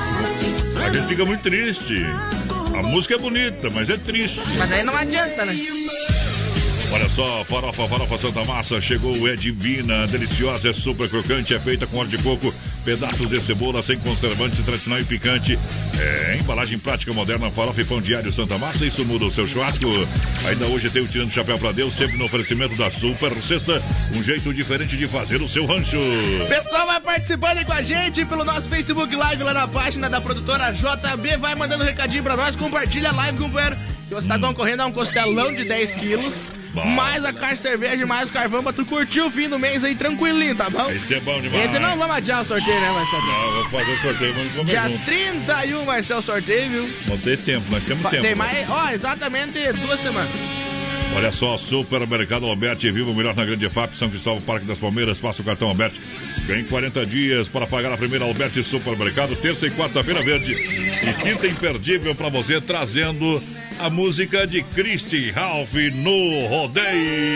A gente fica muito triste. A música é bonita, mas é triste.
Mas aí não adianta, né?
Olha só, farofa, farofa Santa Massa, chegou, é divina, deliciosa, é super crocante, é feita com óleo de coco, pedaços de cebola sem conservante, tradicional e picante. É, embalagem prática moderna, farofa e pão diário Santa Massa, isso muda o seu churrasco. Ainda hoje tem o Tirando o Chapéu pra Deus, sempre no oferecimento da Super Sexta, um jeito diferente de fazer o seu rancho.
Pessoal, vai participando aí com a gente pelo nosso Facebook Live lá na página da produtora J B, vai mandando um recadinho pra nós, compartilha a live, companheiro, que você tá concorrendo a um costelão de dez quilos. Bom, mais a caixa de cerveja, mais o carvão pra tu curtir o fim do mês aí tranquilinho, tá bom?
Esse é bom demais.
Esse não vamos adiar o sorteio, né, Marcelo?
Não, vamos fazer o sorteio, vamos comer
Dia
junto.
trinta e um vai ser o sorteio, viu?
Não tem tempo, nós temos tempo.
Tem mais, ó, exatamente duas semanas.
Olha só, Supermercado Alberti, viva o melhor na Grande E F A P, São Cristóvão, Parque das Palmeiras, faça o cartão Alberti. Ganhe quarenta dias para pagar a primeira Alberti Supermercado, terça e quarta-feira verde. E quinta imperdível para você, trazendo a música de Christy Ralph no Rodeio.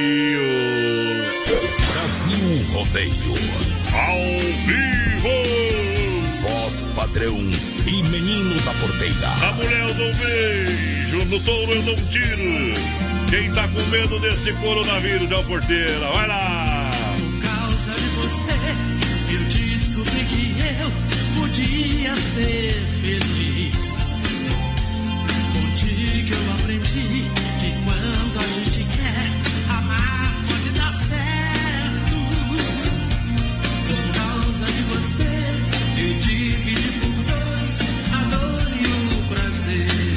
Brasil Rodeio.
Ao vivo.
Voz padrão e menino da porteira.
A mulher eu não beijo, no touro eu não tiro. Quem tá com medo desse coronavírus é o porteira. Vai lá.
Por causa de você, eu descobri que eu podia ser feliz. Contigo eu aprendi que quando a gente quer, amar pode dar certo. Por causa de você, eu dividi por dois a dor e o prazer.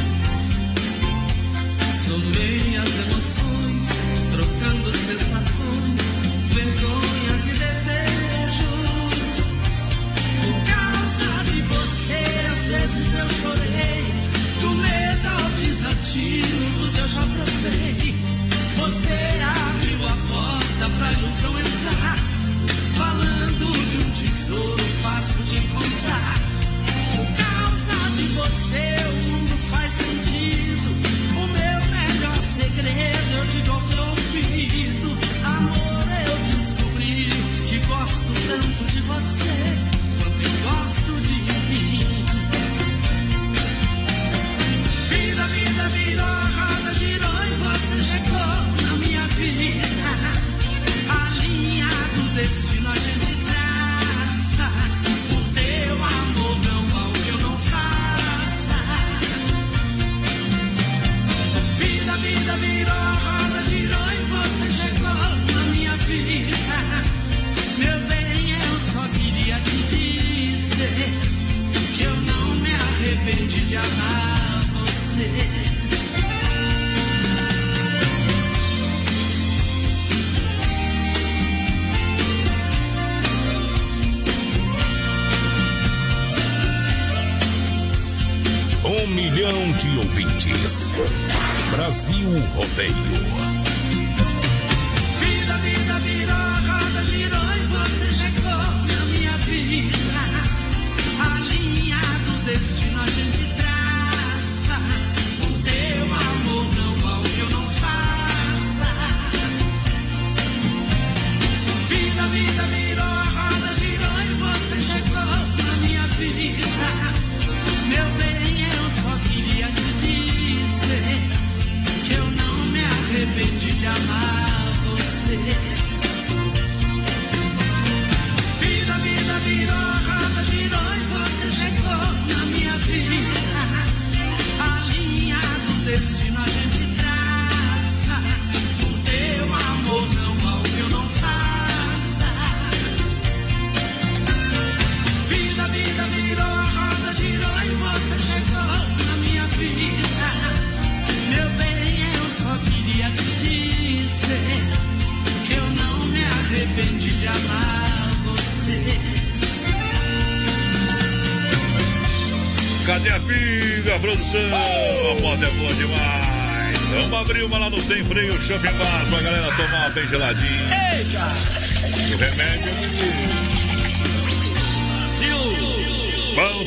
Somei as emoções, trocando sensações, vergonhas e desejos. Por causa de você, às vezes eu chorei, do medo ao desatino, tudo eu já provei. Você abriu a porta pra ilusão entrar, falando de um tesouro fácil de encontrar. Por causa de você, o mundo faz sentido. O meu melhor segredo eu digo ao teu ouvido. Amor, eu descobri que gosto tanto de você quanto eu gosto de mim. Vida, vida virou, a roda girou e você chegou na minha vida. A linha do destino a gente traça. Por teu amor não há o que eu não faça. Vida, vida virou, a roda girou e você chegou na minha vida. Meu bem, eu só queria te dizer que eu não me arrependi de amar você.
Um milhão de ouvintes. Brasil Rodeio.
Vida, vida, vida.
cadê a pinga, produção? A moto é boa demais. Vamos abrir uma lá no Sem Freio, Shopping Bar, pra galera tomar uma bem geladinha.
Eita!
O remédio é bom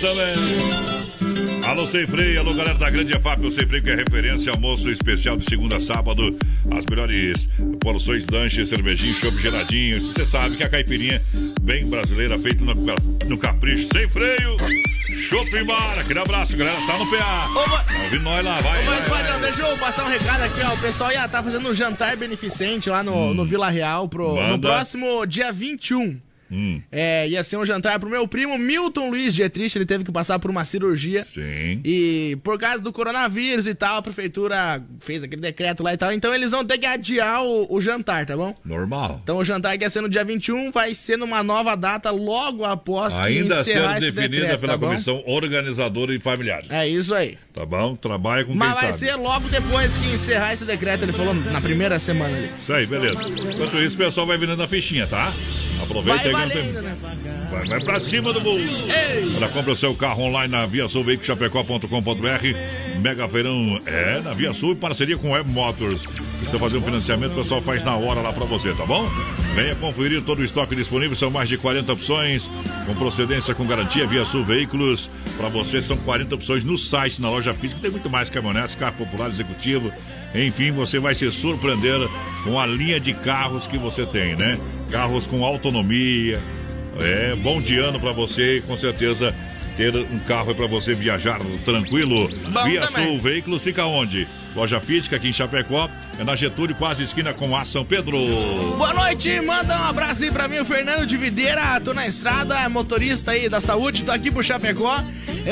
também. Alô, Sem Freio, alô, galera da Grande E F A P, o Sem Freio que é referência, almoço especial de segunda a sábado, as melhores porções, lanches, cervejinho, chopp geladinho. Você sabe que a caipirinha bem brasileira, feita no, no capricho. Sem Freio, Shopping Bar, aquele abraço, galera, tá no P A.
Ô,
tá ouvindo nós lá, vai.
Ô, mas,
vai,
vai. Deixa eu passar um recado aqui, ó. O pessoal ia estar fazendo um jantar beneficente lá no, hum. no Vila Real pro, no próximo dia vinte e um. Hum. É, ia ser um jantar pro meu primo Milton Luiz Dietrich, ele teve que passar por uma cirurgia.
Sim.
E por causa do coronavírus e tal, a prefeitura fez aquele decreto lá e tal, então eles vão ter que adiar o, o jantar, tá bom?
Normal.
Então o jantar que ia ser no dia vinte e um vai ser numa nova data logo após
ainda
que encerrar
sendo
esse
definida
decreto,
pela
tá bom?
comissão organizadora e familiares.
É isso aí.
Tá bom? Trabalha com
Mas
quem
vai
sabe.
ser logo depois que encerrar esse decreto, ele falou na primeira semana ali.
Isso aí, beleza. Enquanto isso, o pessoal vai virando a fichinha, tá? Aproveita
vai
aí que não tem...
né?
Vai, vai pra cima do mundo. Ela compra o seu carro online na via sul veículos chapecó ponto com ponto br. Mega Feirão é na Via Sul, em parceria com Web Motors. Se você fazer um financiamento, o pessoal faz na hora lá pra você, tá bom? Venha conferir todo o estoque disponível, são mais de quarenta opções, com procedência, com garantia. Via Sul Veículos, pra você são quarenta opções no site, na loja física, tem muito mais caminhonetes, carro popular, executivo. Enfim, você vai se surpreender com a linha de carros que você tem, né? Carros com autonomia, é bom de ano pra você, com certeza ter um carro é pra você viajar tranquilo.
Bom
Via
também.
Sul Veículos fica onde? Loja física aqui em Chapecó, é na Getúlio, quase esquina com a São Pedro.
Boa noite, manda um abraço aí pra mim, o Fernando de Videira, tô na estrada, motorista aí da saúde, tô aqui pro Chapecó.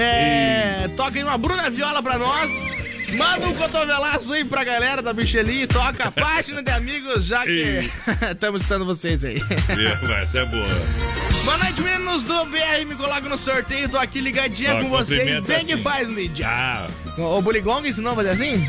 É, toca aí uma Bruna Viola pra nós. Manda um cotovelaço aí pra galera da Michelin, toca a página de amigos, já que estamos citando vocês aí.
Essa é boa.
Boa noite, meninos do B R, me coloco no sorteio, tô aqui ligadinha
Ó,
com vocês. Bem
assim.
que faz, Lídia.
Ah.
O Buligong ensinou a fazer assim?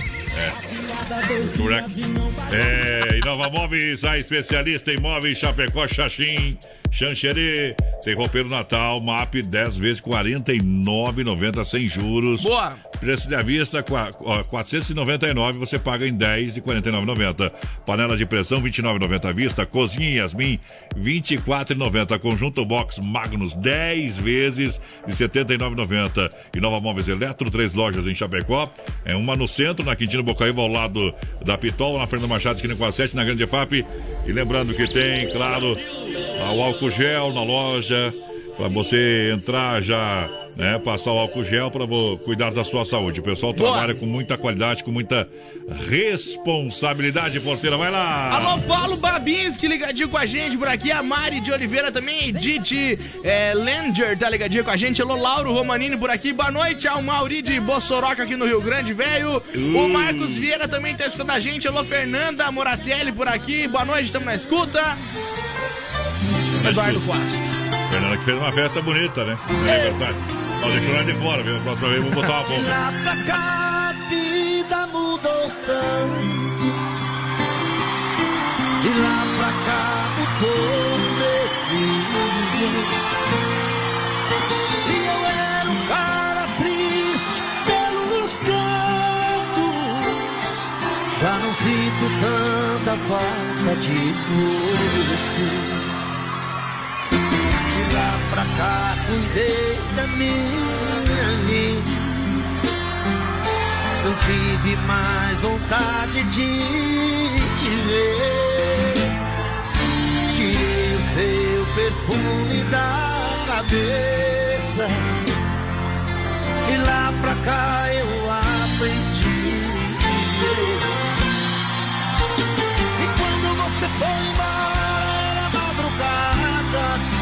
É. É, Inova Móveis, a especialista em móveis Chapecó, Xaxim, Xanxerê. Tem roupeiro Natal, M A P, dez vezes quarenta e nove reais e noventa centavos sem juros.
Boa.
Preço de à vista, quatrocentos e noventa e nove reais, você paga em dez reais e quarenta e nove centavos e noventa centavos. Panela de pressão, vinte e nove reais e noventa centavos à vista. Cozinha Yasmin, vinte e quatro reais e noventa centavos. Conjunto Box Magnus, dez vezes de setenta e nove reais e noventa centavos. Inova Móveis Eletro, três lojas em Chapecó. É uma no centro, na Quintino Bocaíba, ao lado da Pitol, na Fernanda Machado, esquina com a sete, na Grande E F A P. E lembrando que tem, claro, o álcool gel na loja, para você entrar já, né, passar o álcool gel para cuidar da sua saúde. O pessoal
Boa.
trabalha com muita qualidade, com muita responsabilidade, porteira, vai lá!
Alô, Paulo Babinski, ligadinho com a gente por aqui, a Mari de Oliveira também, Edith é, Langer tá ligadinho com a gente, alô, Lauro Romanini por aqui, boa noite ao Mauri de Bossoroca aqui no Rio Grande, velho,
Uh.
o Marcos Vieira também tá escutando a gente, alô, Fernanda Moratelli por aqui, boa noite, estamos na escuta. Eduardo Costa.
Fernanda que fez uma festa bonita, né? É aniversário. Não, deixa nós de fora, viu? A próxima vez eu vou botar uma bomba.
Lá pra cá a vida mudou tanto. E lá pra cá mudou meu filho. Se eu era um cara triste pelos cantos, já não sinto tanta falta de você. Lá pra cá cuidei da minha vida, não tive mais vontade de te ver. Tirei o seu perfume da cabeça, e lá pra cá eu aprendi. E quando você foi embora era madrugada,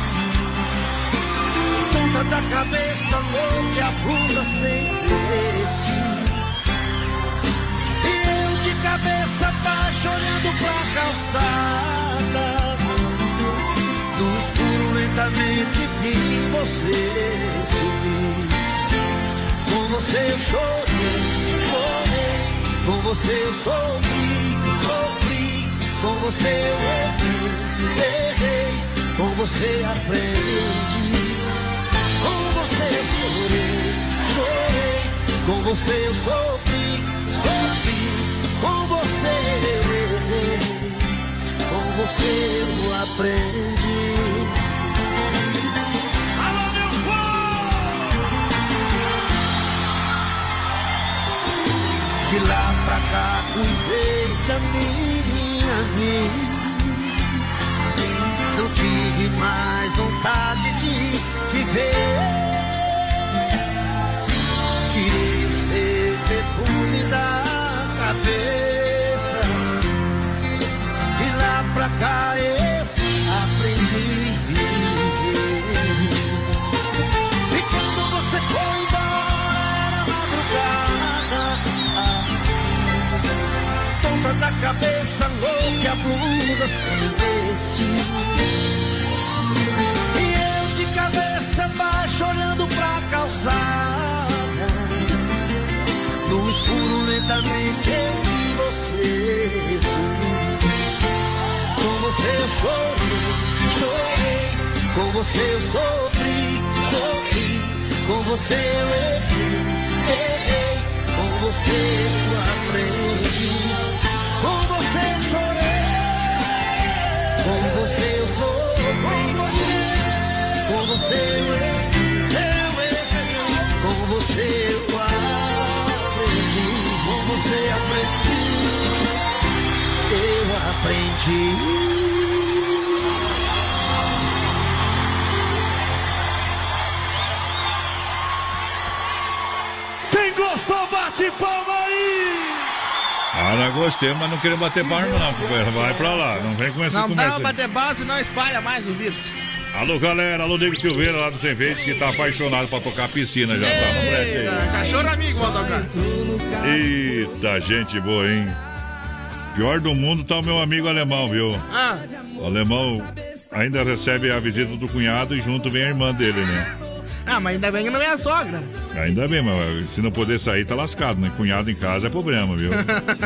da cabeça louca e a blusa sem destino. E eu de cabeça baixa olhando pra calçada, no escuro lentamente vi você sumir. Com você eu chorei, chorei, com você eu sofri, sofri, com você eu errei, errei, com você aprendi. Com você eu chorei, você eu sofri, sofri, com você eu errei, com você eu aprendi. Alô, meu povo! De lá pra cá cuidei da minha vida, não tive mais vontade de te ver. Tirei seu perfume da cabeça, de lá pra cá eu aprendi a viver. E quando você foi embora era madrugada, tonta da cabeça, louca, a blusa sem destino. E eu de cabeça baixa olhando pra calçada, no escuro lentamente eu vi você sumir. Com você eu chorei, chorei, com você eu sofri, sofri, com você eu errei, errei, com você eu aprendi. Com você eu chorei, com você eu sofri, com você eu errei, eu errei, com você eu aprendi, com você aprendi, eu aprendi.
Quem gostou, bate palma aí! Ah, não gostei, mas não queria bater palma não, companheiro. Vai pra lá, não vem com essa
não
conversa.
Não dá pra bater palma, senão espalha mais o vírus.
Alô, galera, alô, David Silveira, lá do Sem Feitos, que tá apaixonado pra tocar piscina, já tá no brete aí.
Cachorro amigo, vai tocar.
Eita, gente boa, hein? Pior do mundo tá o meu amigo alemão, viu?
Ah.
O alemão ainda recebe a visita do cunhado e junto vem a irmã dele, né?
Ah, mas ainda bem que não é a sogra.
Ainda bem, mas se não poder sair, tá lascado, né? Cunhado em casa é problema, viu?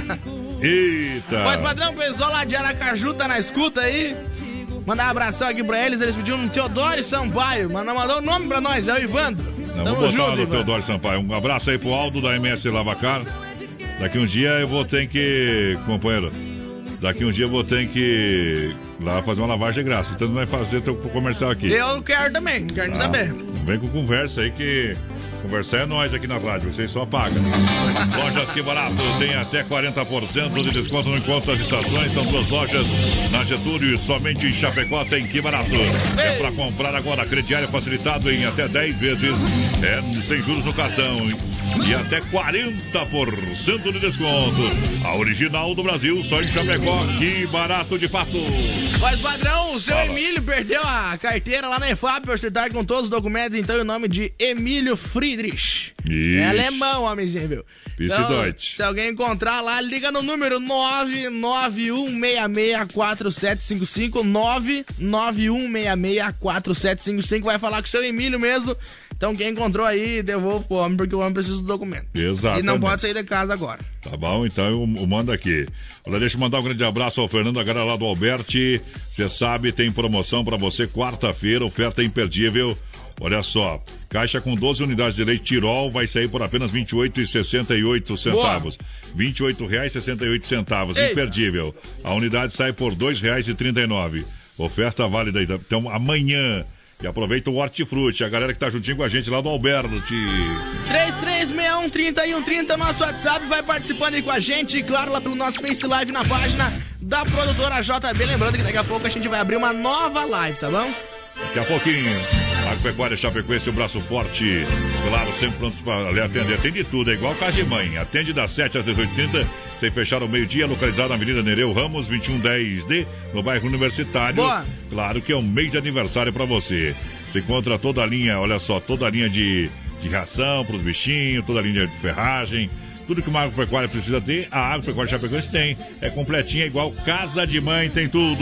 Eita!
Mas, padrão, o pessoal lá de Aracaju tá na escuta aí. Mandar um abração aqui pra eles, eles pediram um Teodoro Sampaio. Mas não mandou o nome pra nós, é o Ivandro.
Não, vou botar junto, no Teodoro Sampaio. Um abraço aí pro Aldo da M S Lavacar. Daqui um dia eu vou ter que... Companheiro, daqui um dia eu vou ter que... lá fazer uma lavagem de graça. Então não vai fazer teu comercial aqui.
Eu quero também, quero
ah,
saber.
Vem com conversa aí que... Conversar é nós aqui na rádio, vocês só pagam. Lojas Que Barato tem até quarenta por cento de desconto no encontro das estações. São duas lojas na Getúlio e somente em Chapecó tem Que Barato. É para comprar agora, crediário facilitado em até dez vezes. É sem juros no cartão. E até quarenta por cento de desconto. A original do Brasil, só em Chapecó. Que Barato de fato.
Mas, padrão, o seu Fala. Emílio perdeu a carteira lá na E F A P, hoje tarde com todos os documentos, então, em nome de Emílio Friedrich. Ixi. É alemão, homenzinho, viu? Então, se alguém encontrar lá, liga no número nove nove um seis seis quatro sete cinco cinco, nove nove um seis seis quatro sete cinco cinco, vai falar com o seu Emílio mesmo. Então quem encontrou aí, devolve pro homem, porque o homem precisa do documento.
Exato.
E não pode sair de casa agora.
Tá bom, então eu, eu mando aqui. Olha, deixa eu mandar um grande abraço ao Fernando, a galera lá do Alberti. Você sabe, tem promoção pra você quarta-feira, oferta imperdível. Olha só, caixa com doze unidades de leite Tirol vai sair por apenas vinte e oito reais e sessenta e oito centavos. vinte e oito reais e sessenta e oito centavos, imperdível. A unidade sai por dois reais e trinta e nove centavos. Oferta válida, então, amanhã. E aproveita o Hortifruti, a galera que tá juntinho com a gente lá do Alberti.
três três seis um, trinta e um trinta, nosso WhatsApp, vai participando aí com a gente, e claro, lá pelo nosso Face Live na página da produtora J B. Lembrando que daqui a pouco a gente vai abrir uma nova live, tá bom?
Daqui a pouquinho, Agropecuária Chapecoense, o braço forte, claro, sempre prontos para lhe atender. Atende tudo, é igual casa de mãe. Atende das sete às dezoito e trinta, sem fechar ao meio-dia, localizado na Avenida Nereu Ramos, vinte e um dez D, no bairro Universitário.
Boa.
Claro que é um mês de aniversário para você. Você encontra toda a linha, olha só, toda a linha de, de ração para os bichinhos, toda a linha de ferragem. Tudo que uma agropecuária precisa ter, a Agropecuária Chapecoense tem. É completinha, igual casa de mãe, tem tudo.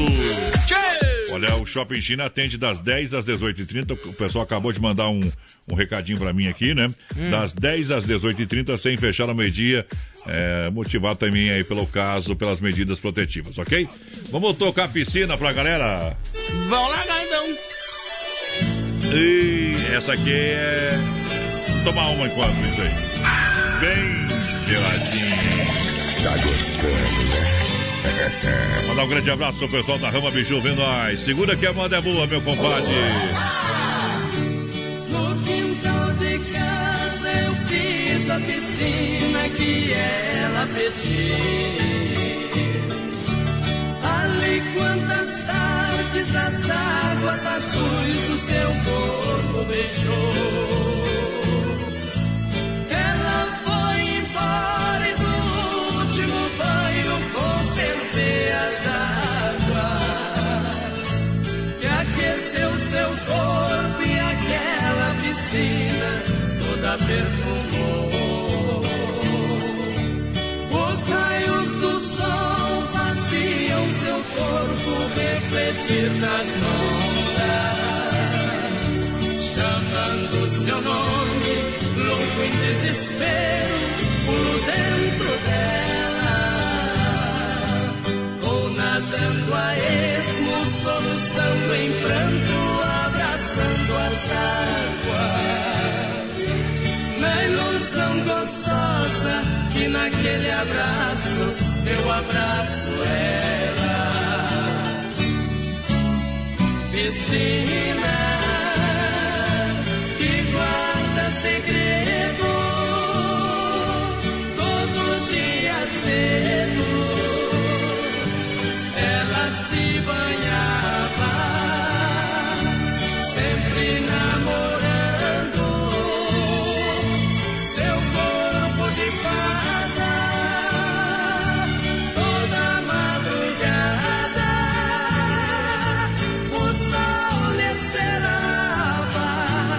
Olha, o Shopping China atende das dez às dezoito e trinta. O pessoal acabou de mandar um, um recadinho pra mim aqui, né? Hum. Das dez às dezoito e trinta, sem fechar ao meio-dia. É, motivado também aí pelo caso, pelas medidas protetivas, ok? Vamos tocar piscina pra galera?
Vamos lá, então.
E essa aqui é... tomar uma enquanto isso aí. bem geladinho.
Tá gostando, né?
Mandar um grande abraço ao pessoal da Rama Biju vendo nós. Segura que a moda é boa, meu compadre.
No quintal de casa eu fiz a piscina que ela pediu. Ali quantas tardes as águas azuis o seu corpo beijou. Ela foi embora e do último banho conservei as águas que aqueceu seu corpo e aquela piscina toda perfumou. Os raios do sol faziam seu corpo refletir nas ondas, chamando seu nome, louco em desespero, por dentro dela. Vou nadando a esmo, soluçando em pranto, abraçando as águas, na ilusão gostosa que naquele abraço eu abraço ela. Piscina que guarda segredo, todo dia cedo ela se banhava, sempre namorando seu corpo de fada. Toda madrugada o sol lhe esperava.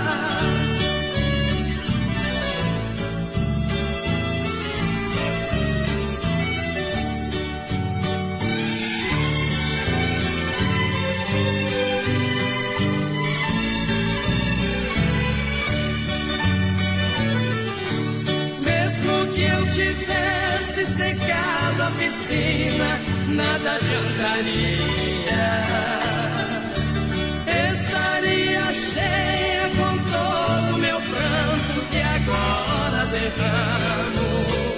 Mesmo que eu tivesse secado a piscina, nada adiantaria. Estaria cheia com todo o meu pranto que agora derramo.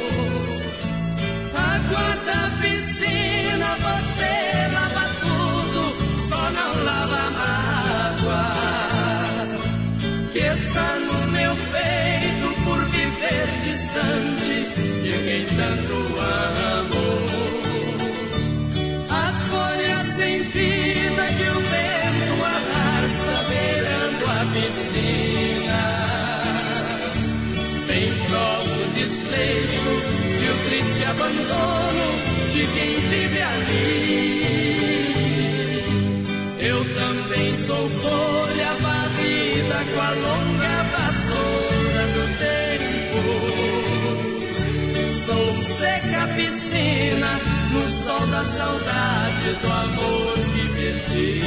Água da piscina, você lava tudo, só não lava a mágoa que está no meu peito por viver distante de quem tanto amo. As folhas sem vida que o vento arrasta beirando a piscina, em prol do desleixo e o triste abandono de quem vive ali. Eu também sou folha varrida com a longa vassoura do tempo. Sou seca piscina no sol da saudade do amor que perdi.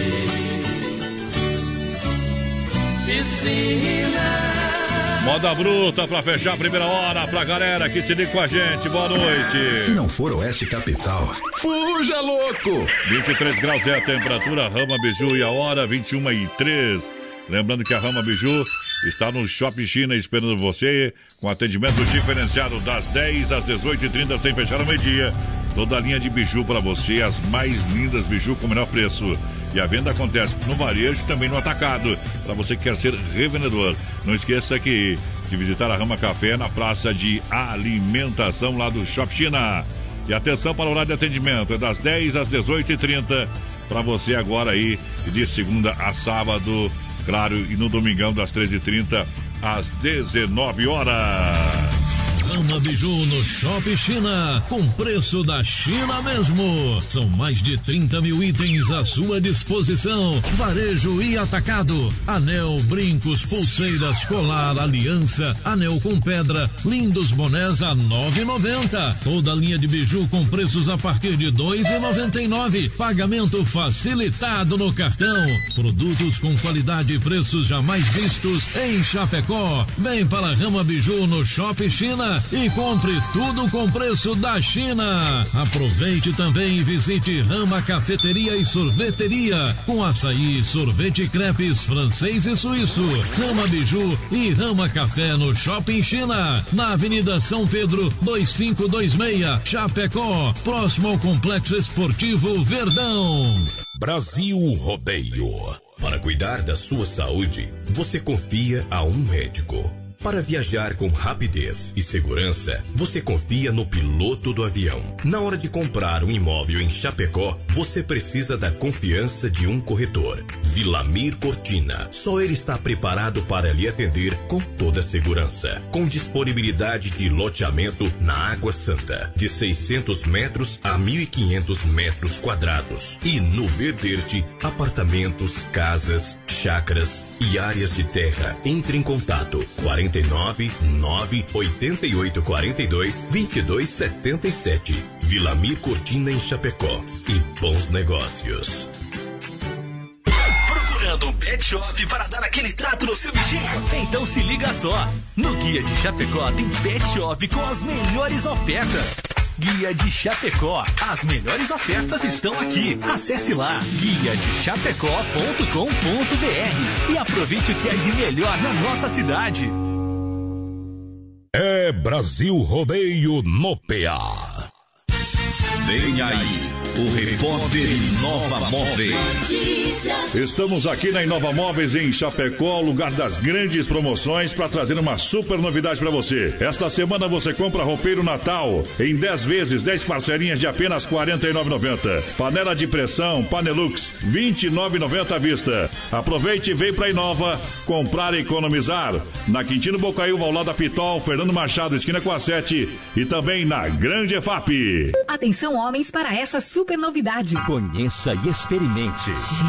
Piscina.
Moda bruta pra fechar a primeira hora pra galera que se liga com a gente. Boa noite.
Se não for Oeste Capital, fuja louco!
vinte e três graus é a temperatura, Rama Biju e a hora vinte e uma e três. Lembrando que a Rama Biju está no Shopping China esperando você com atendimento diferenciado das dez às dezoito e trinta sem fechar o meio-dia. Toda a linha de biju para você, as mais lindas biju com o menor preço. E a venda acontece no varejo e também no atacado, para você que quer ser revendedor. Não esqueça que de visitar a Rama Café na praça de alimentação lá do Shopping China. E atenção para o horário de atendimento, é das dez às dezoito e trinta, para você agora aí, de segunda a sábado, claro, e no domingão das treze e trinta às dezenove horas.
Rama Biju no Shopping China, com preço da China mesmo. São mais de trinta mil itens à sua disposição. Varejo e atacado. Anel, brincos, pulseiras, colar, aliança, anel com pedra, lindos bonés a nove reais e noventa centavos. Toda a linha de biju com preços a partir de dois reais e noventa e nove centavos. Pagamento facilitado no cartão. Produtos com qualidade e preços jamais vistos em Chapecó. Vem para Rama Biju no Shopping China. China e compre tudo com preço da China. Aproveite também e visite Rama Cafeteria e Sorveteria com açaí, sorvete e crepes francês e suíço. Rama Biju e Rama Café no Shopping China, na Avenida São Pedro dois cinco dois seis, Chapecó, próximo ao Complexo Esportivo Verdão.
Brasil Rodeio. Para cuidar da sua saúde, você confia a um médico. Para viajar com rapidez e segurança, você confia no piloto do avião. Na hora de comprar um imóvel em Chapecó, você precisa da confiança de um corretor. Vilamir Cortina. Só ele está preparado para lhe atender com toda segurança. Com disponibilidade de loteamento na Água Santa, de seiscentos metros a mil e quinhentos metros quadrados. E no Verderte, apartamentos, casas, chácaras e áreas de terra. Entre em contato quarenta e nove, nove, oitenta e oito, quarenta e dois, vinte e dois, setenta e sete. Vilamir Cortina em Chapecó. E bons negócios.
Procurando um pet shop para dar aquele trato no seu bichinho? Então se liga só. No Guia de Chapecó tem pet shop com as melhores ofertas. Guia de Chapecó. As melhores ofertas estão aqui. Acesse lá guia de chapecó ponto com ponto br e aproveite o que é de melhor na nossa cidade.
É Brasil Rodeio no P A.
Vem aí, o repórter Inova Móveis.
Estamos aqui na Inova Móveis em Chapecó, lugar das grandes promoções, para trazer uma super novidade para você. Esta semana você compra roupeiro Natal em dez vezes, dez parcelinhas de apenas quarenta e nove reais e noventa centavos. Panela de pressão Panelux, vinte e nove reais e noventa centavos à vista. Aproveite e vem para Inova comprar e economizar. Na Quintino Bocaiúva, ao lado da Pitol, Fernando Machado, esquina com a sete, e também na Grande E F A P.
Atenção, homens, para essa super novidade.
Conheça e experimente.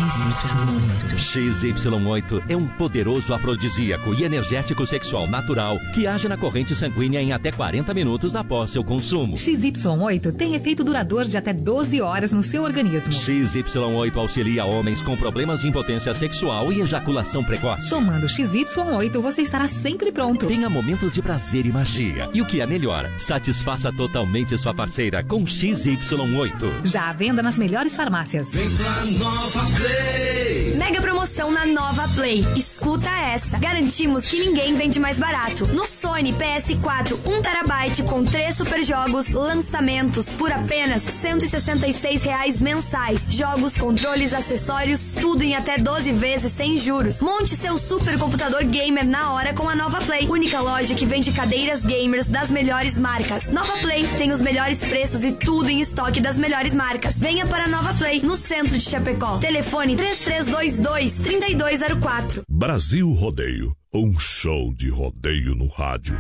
X Y oito é um poderoso afrodisíaco e energético sexual natural que age na corrente sanguínea em até quarenta minutos após seu consumo.
X Y oito tem efeito duradouro de até doze horas no seu organismo.
X Y oito auxilia homens com problemas de impotência sexual e ejaculação precoce.
Tomando X Y oito, você estará sempre pronto.
Tenha momentos de prazer e magia. E o que é melhor, satisfaça totalmente sua parceira com X Y oito.
Já à venda nas melhores farmácias.
Vem pra Nova Play.
Mega promoção na Nova Play. Escuta essa. Garantimos que ninguém vende mais barato. No Sony P S quatro um terabyte com três super jogos, lançamentos por apenas cento e sessenta e seis reais mensais. Jogos, controles, acessórios, tudo em até doze vezes sem juros. Monte seu super computador gamer na hora com a Nova Play. Única loja que vende cadeiras gamers das melhores marcas. Nova Play tem os melhores preços e tudo em estoque das melhores marcas. Venha para a Nova Play, no centro de Chapecó. Telefone três três dois dois, três dois zero quatro.
Brasil Rodeio, um show de rodeio no rádio.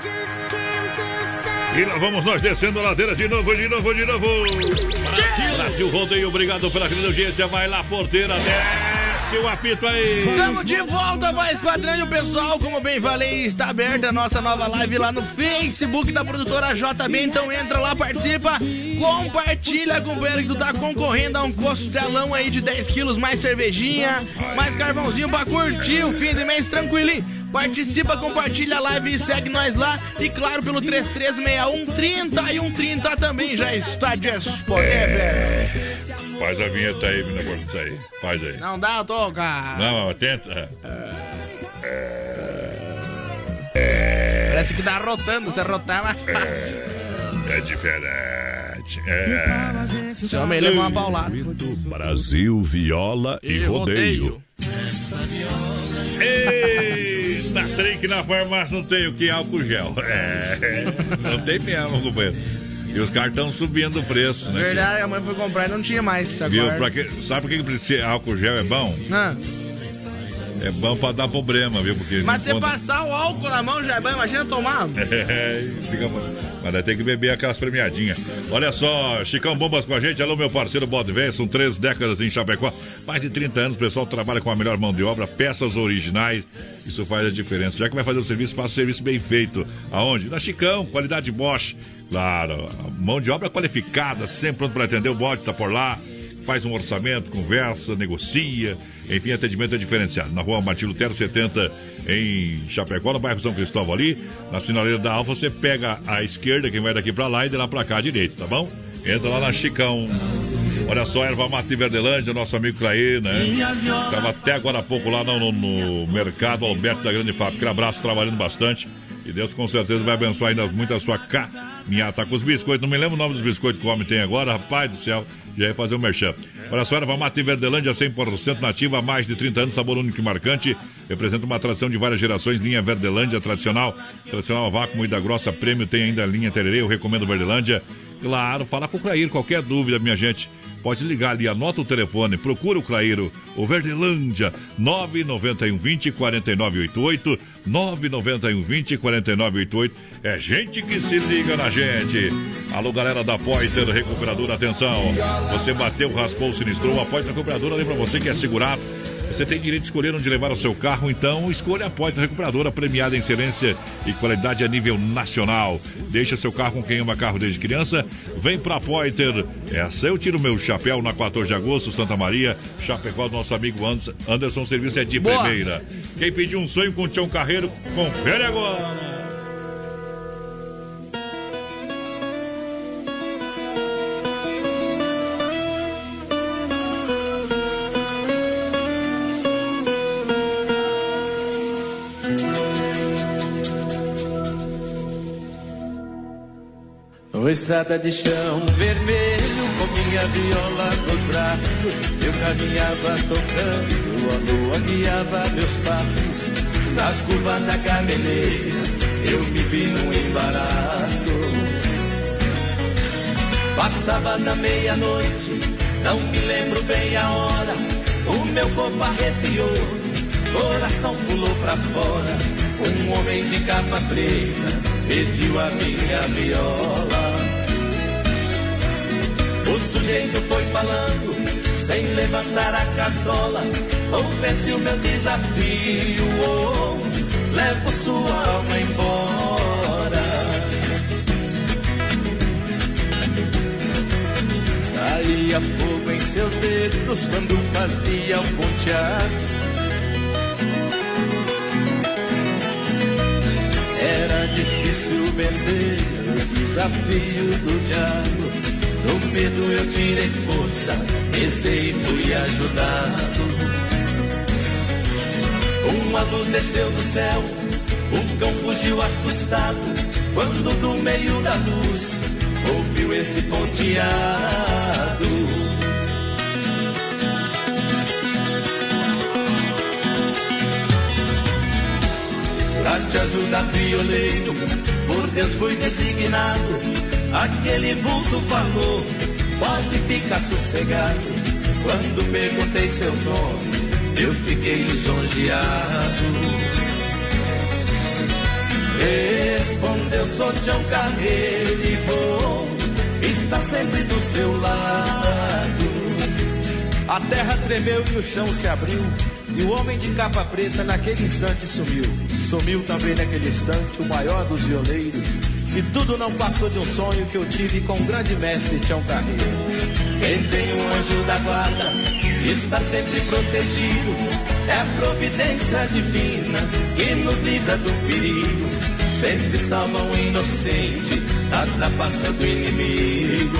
E lá vamos nós descendo a ladeira de novo, de novo, de novo. Brasil, Brasil Rodeio, obrigado pela querida audiência. Vai lá, porteira, desce o apito aí.
Estamos de volta, voz padrão. E o pessoal, como bem falei, está aberta a nossa nova live lá no Facebook da produtora J B. Então entra lá, participa, compartilha, companheiro, que tu tá concorrendo a um costelão aí de dez quilos, mais cervejinha, mais carvãozinho pra curtir o fim de mês tranquilinho. Participa, compartilha a live e segue nós lá. E claro, pelo três três seis um, trinta e um trinta também já está disponível. É.
Faz a vinheta aí, meu negócio disso aí. Faz aí.
Não dá, toca.
Não, mas tenta.
É. É. Parece que tá rotando, se rotar mais fácil.
É, é diferente. É.
Esse homem leva uma paulada.
Brasil, viola e, e rodeio.
Eita, trem que na farmácia não tem o que? Álcool gel. É, não tem mesmo, companheiro. E os caras estão subindo o preço, né?
Verdade, a mãe foi comprar e não tinha mais.
Viu? Pra que, sabe por que precisa álcool gel é bom?
Ah.
É bom pra dar problema, viu? Porque
mas você conta... passar o álcool na mão já é bom, imagina tomar.
É, fica... mas tem que beber aquelas premiadinhas. Olha só, Chicão Bombas com a gente. Alô, meu parceiro Bode Velho, são três décadas em Chapecó. Mais de trinta anos, o pessoal trabalha com a melhor mão de obra, peças originais. Isso faz a diferença. Já que vai fazer o serviço, faça o serviço bem feito. Aonde? Na Chicão, qualidade Bosch. Claro, mão de obra qualificada, sempre pronto para atender. O Bode tá por lá. Faz um orçamento, conversa, negocia. Enfim, atendimento é diferenciado. Na rua Martim Lutero setenta, em Chapecó, no bairro São Cristóvão ali. Na sinaleira da Alfa, você pega a esquerda, quem vai daqui pra lá, e de lá pra cá, direito, tá bom? Entra lá na Chicão. Olha só, erva mate Verdelândia, nosso amigo Clair, né? Estava até agora há pouco lá no, no, no mercado Alberto da Grande Fábrica. Abraço, trabalhando bastante. E Deus com certeza vai abençoar ainda muito a sua caminhada. Tá com os biscoitos, não me lembro o nome dos biscoitos que o homem tem agora, rapaz do céu. Já ia fazer um merchan. Olha só, erva mate Verdelândia, cem por cento nativa, há mais de trinta anos, sabor único e marcante. Representa uma tradição de várias gerações, linha Verdelândia tradicional. Tradicional a vácuo, moída grossa, prêmio, tem ainda a linha Tererê, eu recomendo Verdelândia. Claro, fala com o Clair, qualquer dúvida, minha gente. Pode ligar ali, anota o telefone, procura o Clairo, o Verdelândia, nove nove um, vinte, quarenta e nove oitenta e oito, nove nove um, vinte, quarenta e nove oitenta e oito. É gente que se liga na gente. Alô, galera da Poiter Recuperadora, atenção. Você bateu, raspou, sinistrou, a Poiter Recuperadora lembra você que é segurado. Você tem direito de escolher onde levar o seu carro, então escolha a Poiter Recuperadora, premiada em excelência e qualidade a nível nacional. Deixa seu carro com quem ama carro desde criança. Vem pra Poiter. Essa eu tiro meu chapéu na quatorze de agosto, Santa Maria, Chapecó, do nosso amigo Anderson. O serviço é de Boa. primeira. Quem pediu um sonho com o Tião Carreiro, confere agora.
Uma estrada de chão vermelho, com minha viola nos braços, eu caminhava tocando, a lua guiava meus passos. Na curva da Gameleira, eu me vi num embaraço. Passava na meia-noite, não me lembro bem a hora. O meu corpo arrepiou, coração pulou pra fora. Um homem de capa preta pediu a minha viola. O sujeito foi falando, sem levantar a cartola. Ouvesse o meu desafio, oh, levo sua alma embora. Saía fogo em seus dedos quando fazia o ponteado. Era difícil vencer o desafio do diabo. No medo eu tirei força, rezei e fui ajudado. Uma luz desceu do céu, o cão fugiu assustado. Quando do meio da luz ouviu esse ponteado. Pra te ajudar, violeiro, por Deus fui designado. Aquele vulto falou, pode ficar sossegado. Quando perguntei seu nome, eu fiquei lisonjeado. Respondeu, sou Tião Carreiro e vou estar sempre do seu lado. A terra tremeu e o chão se abriu, e o homem de capa preta naquele instante sumiu. Sumiu também naquele instante o maior dos violeiros. E tudo não passou de um sonho que eu tive com o grande mestre Tião Carreiro. Quem tem um anjo da guarda está sempre protegido. É a providência divina que nos livra do perigo. Sempre salva um inocente da trapaça do inimigo.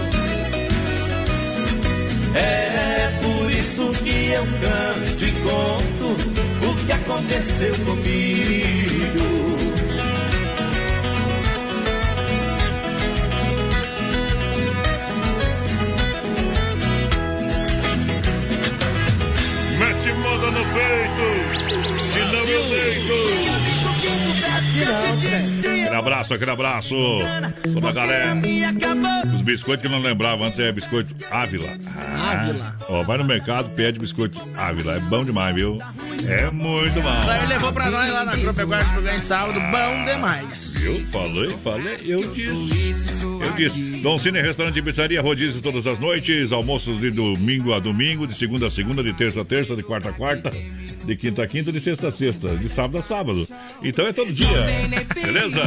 É por isso que eu canto e conto o que aconteceu comigo.
Mete moda no peito, se não eu deito. Aquele abraço, aquele abraço. Toda a galera. Os biscoitos que eu não lembrava antes é biscoito Ávila. Ah, Ávila. Ó, vai no mercado, pede biscoito Ávila. É bom demais, viu? É muito bom.
Ele levou pra nós lá na Agropecuária em sábado. Bom demais.
Eu falei, falei, eu disse. Eu disse. Dom Cine Restaurante e Pizzaria, rodízio todas as noites, almoços de domingo a domingo, de segunda a segunda, de terça a terça, de quarta a quarta, de quinta a quinta, de sexta a sexta, de sábado a sábado. Então é todo dia, beleza?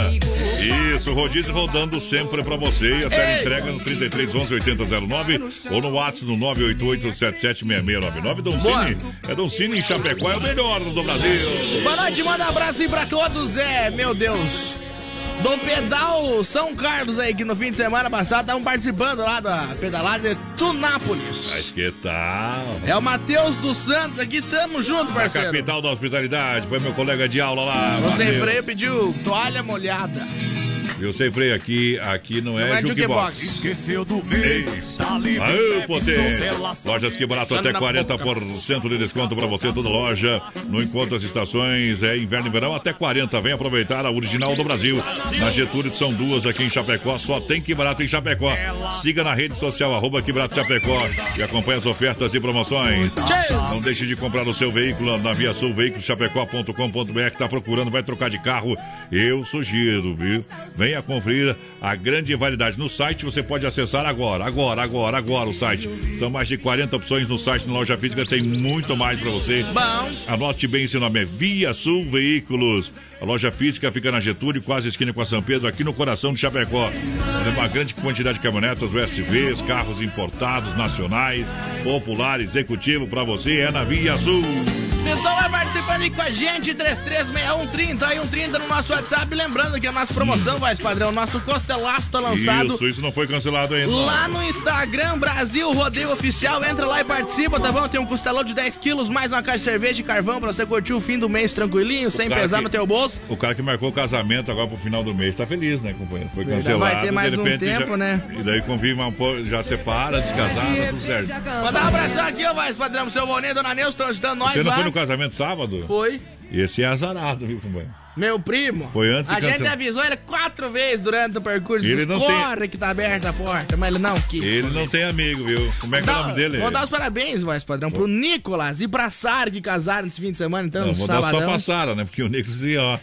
Isso, rodízio rodando sempre pra você. E até entrega no trinta e três, onze, oitenta zero nove ou no WhatsApp no nove oito oito, sete sete seis seis nove nove. Dom Cine, é Dom Cine em Chapecó, é o melhor do Brasil.
Boa noite, manda um abraço aí pra todos, é, meu Deus. Do Pedal São Carlos aí, que no fim de semana passado estavam participando lá da pedalada de Tunápolis.
Mas que tal?
É o Matheus dos Santos aqui, tamo junto, parceiro.
A capital da hospitalidade, foi meu colega de aula lá.
O Sem Freio pediu toalha molhada.
E o Sem Freio aqui, aqui não é,
não é
jukebox.
jukebox.
Esqueceu do ex, tá livre.
Aê, potê. Lojas Que Barato, até quarenta por cento de desconto pra você, toda loja. No Encontro das Estações, é inverno e verão, até quarenta. Vem aproveitar a original do Brasil. Na Getúlio são duas aqui em Chapecó, só tem Que Barato em Chapecó. Siga na rede social, arroba Que Barato Chapecó, e acompanhe as ofertas e promoções. Não deixe de comprar o seu veículo na Via Sul, veículos chapecó ponto com ponto br. Tá procurando, vai trocar de carro? Eu sugiro, viu? Venha conferir a grande variedade. No site você pode acessar agora, agora, agora, agora o site. São mais de quarenta opções no site, na loja física tem muito mais pra você.
Bom.
Anote bem esse nome, é Via Sul Veículos. A loja física fica na Getúlio, quase esquina com a São Pedro, aqui no coração de Chapecó. Tem uma grande quantidade de caminhonetas, U S Vs, carros importados, nacionais, popular, executivo pra você, é na Via Sul.
Pessoal, vai participando aí com a gente, três três seis um, trinta e um trinta no nosso WhatsApp. Lembrando que a nossa promoção, hum. vai, padrão, nosso Costelaço tá lançado.
Isso, isso não foi cancelado ainda.
Lá no Instagram, Brasil Rodeio Oficial, entra lá e participa, tá bom? Tem um costelão de dez quilos, mais uma caixa de cerveja e carvão pra você curtir o fim do mês tranquilinho, sem pesar que, no teu bolso.
O cara que marcou o casamento agora pro final do mês tá feliz, né, companheiro? Foi cancelado.
Vai ter mais
de repente,
um tempo,
já,
né?
E daí convive um pouco, já separa, descasada, tudo certo.
Vou dar um abração aqui, ó, vai, padrão, seu Boninho, dona Neuza, estão ajudando nós.
Você não
lá.
foi no casamento sábado?
Foi.
Esse é azarado, viu, companheiro?
Meu primo.
Foi antes de
A
cancelar.
gente avisou ele quatro vezes durante o percurso.
Ele não
Corre
tem...
que tá aberta a porta, mas ele não quis.
Ele não tem amigo, viu? Como é que
Dá,
é o nome dele?
Vou dar os parabéns, voz padrão, pro Nicolas e pra Sara que casaram esse fim de semana, então,
não,
no
vou
sabadão.
dar só pra Sara, né? Porque o Nicolas ia, ó.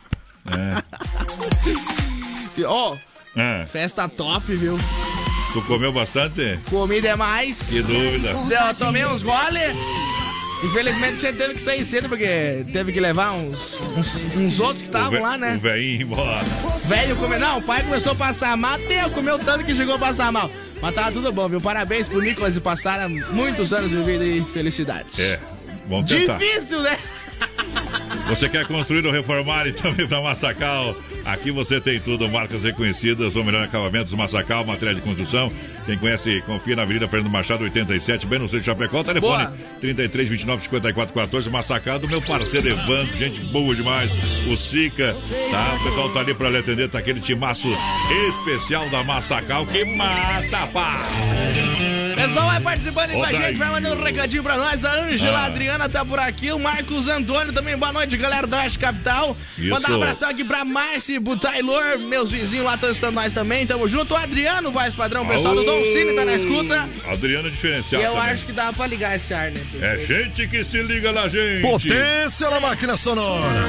É.
Ó, oh,
é.
Festa top, viu?
Tu comeu bastante?
Comi demais.
Que dúvida.
Eu tomei uns gole. Infelizmente a gente teve que sair cedo porque teve que levar uns, uns, uns outros que estavam lá, né?
O velhinho embora.
Velho comeu. Não, o pai começou a passar mal, até eu comeu tanto que chegou a passar mal. Mas tava tudo bom, viu? Parabéns pro Nicolas e passaram muitos anos de vida e felicidade.
É, vamos tentar.
Difícil, né?
Você quer construir ou reformar e também para Massacal? Aqui você tem tudo, marcas reconhecidas, o melhor acabamentos, Massacal, material de construção. Quem conhece, confia na Avenida Fernando Machado, oitenta e sete, bem no centro de Chapecó. Telefone boa. trinta e três, vinte e nove, cinquenta e quatro, quatorze, Massacal, do meu parceiro Evandro, gente boa demais. O Sica, tá? O pessoal tá ali para lhe atender, tá aquele timaço especial da Massacal que mata, pá!
Pessoal, vai participando aí com a
daí.
gente, vai mandando um recadinho pra nós. A Ângela,
Ah.
a Adriana tá por aqui, o Marcos Antônio também. Boa noite, galera da Oeste Capital.
Isso.
Mandar um abração aqui pra Márcia, pro Taylor, meus vizinhos lá estão estando nós também. Tamo junto. O Adriano, voz padrão, o pessoal
Aô.
do Dom Cine tá na escuta.
Adriano é diferencial.
E eu
também.
acho que dá pra ligar esse ar, né?
É gente que se liga na gente.
Potência na máquina sonora.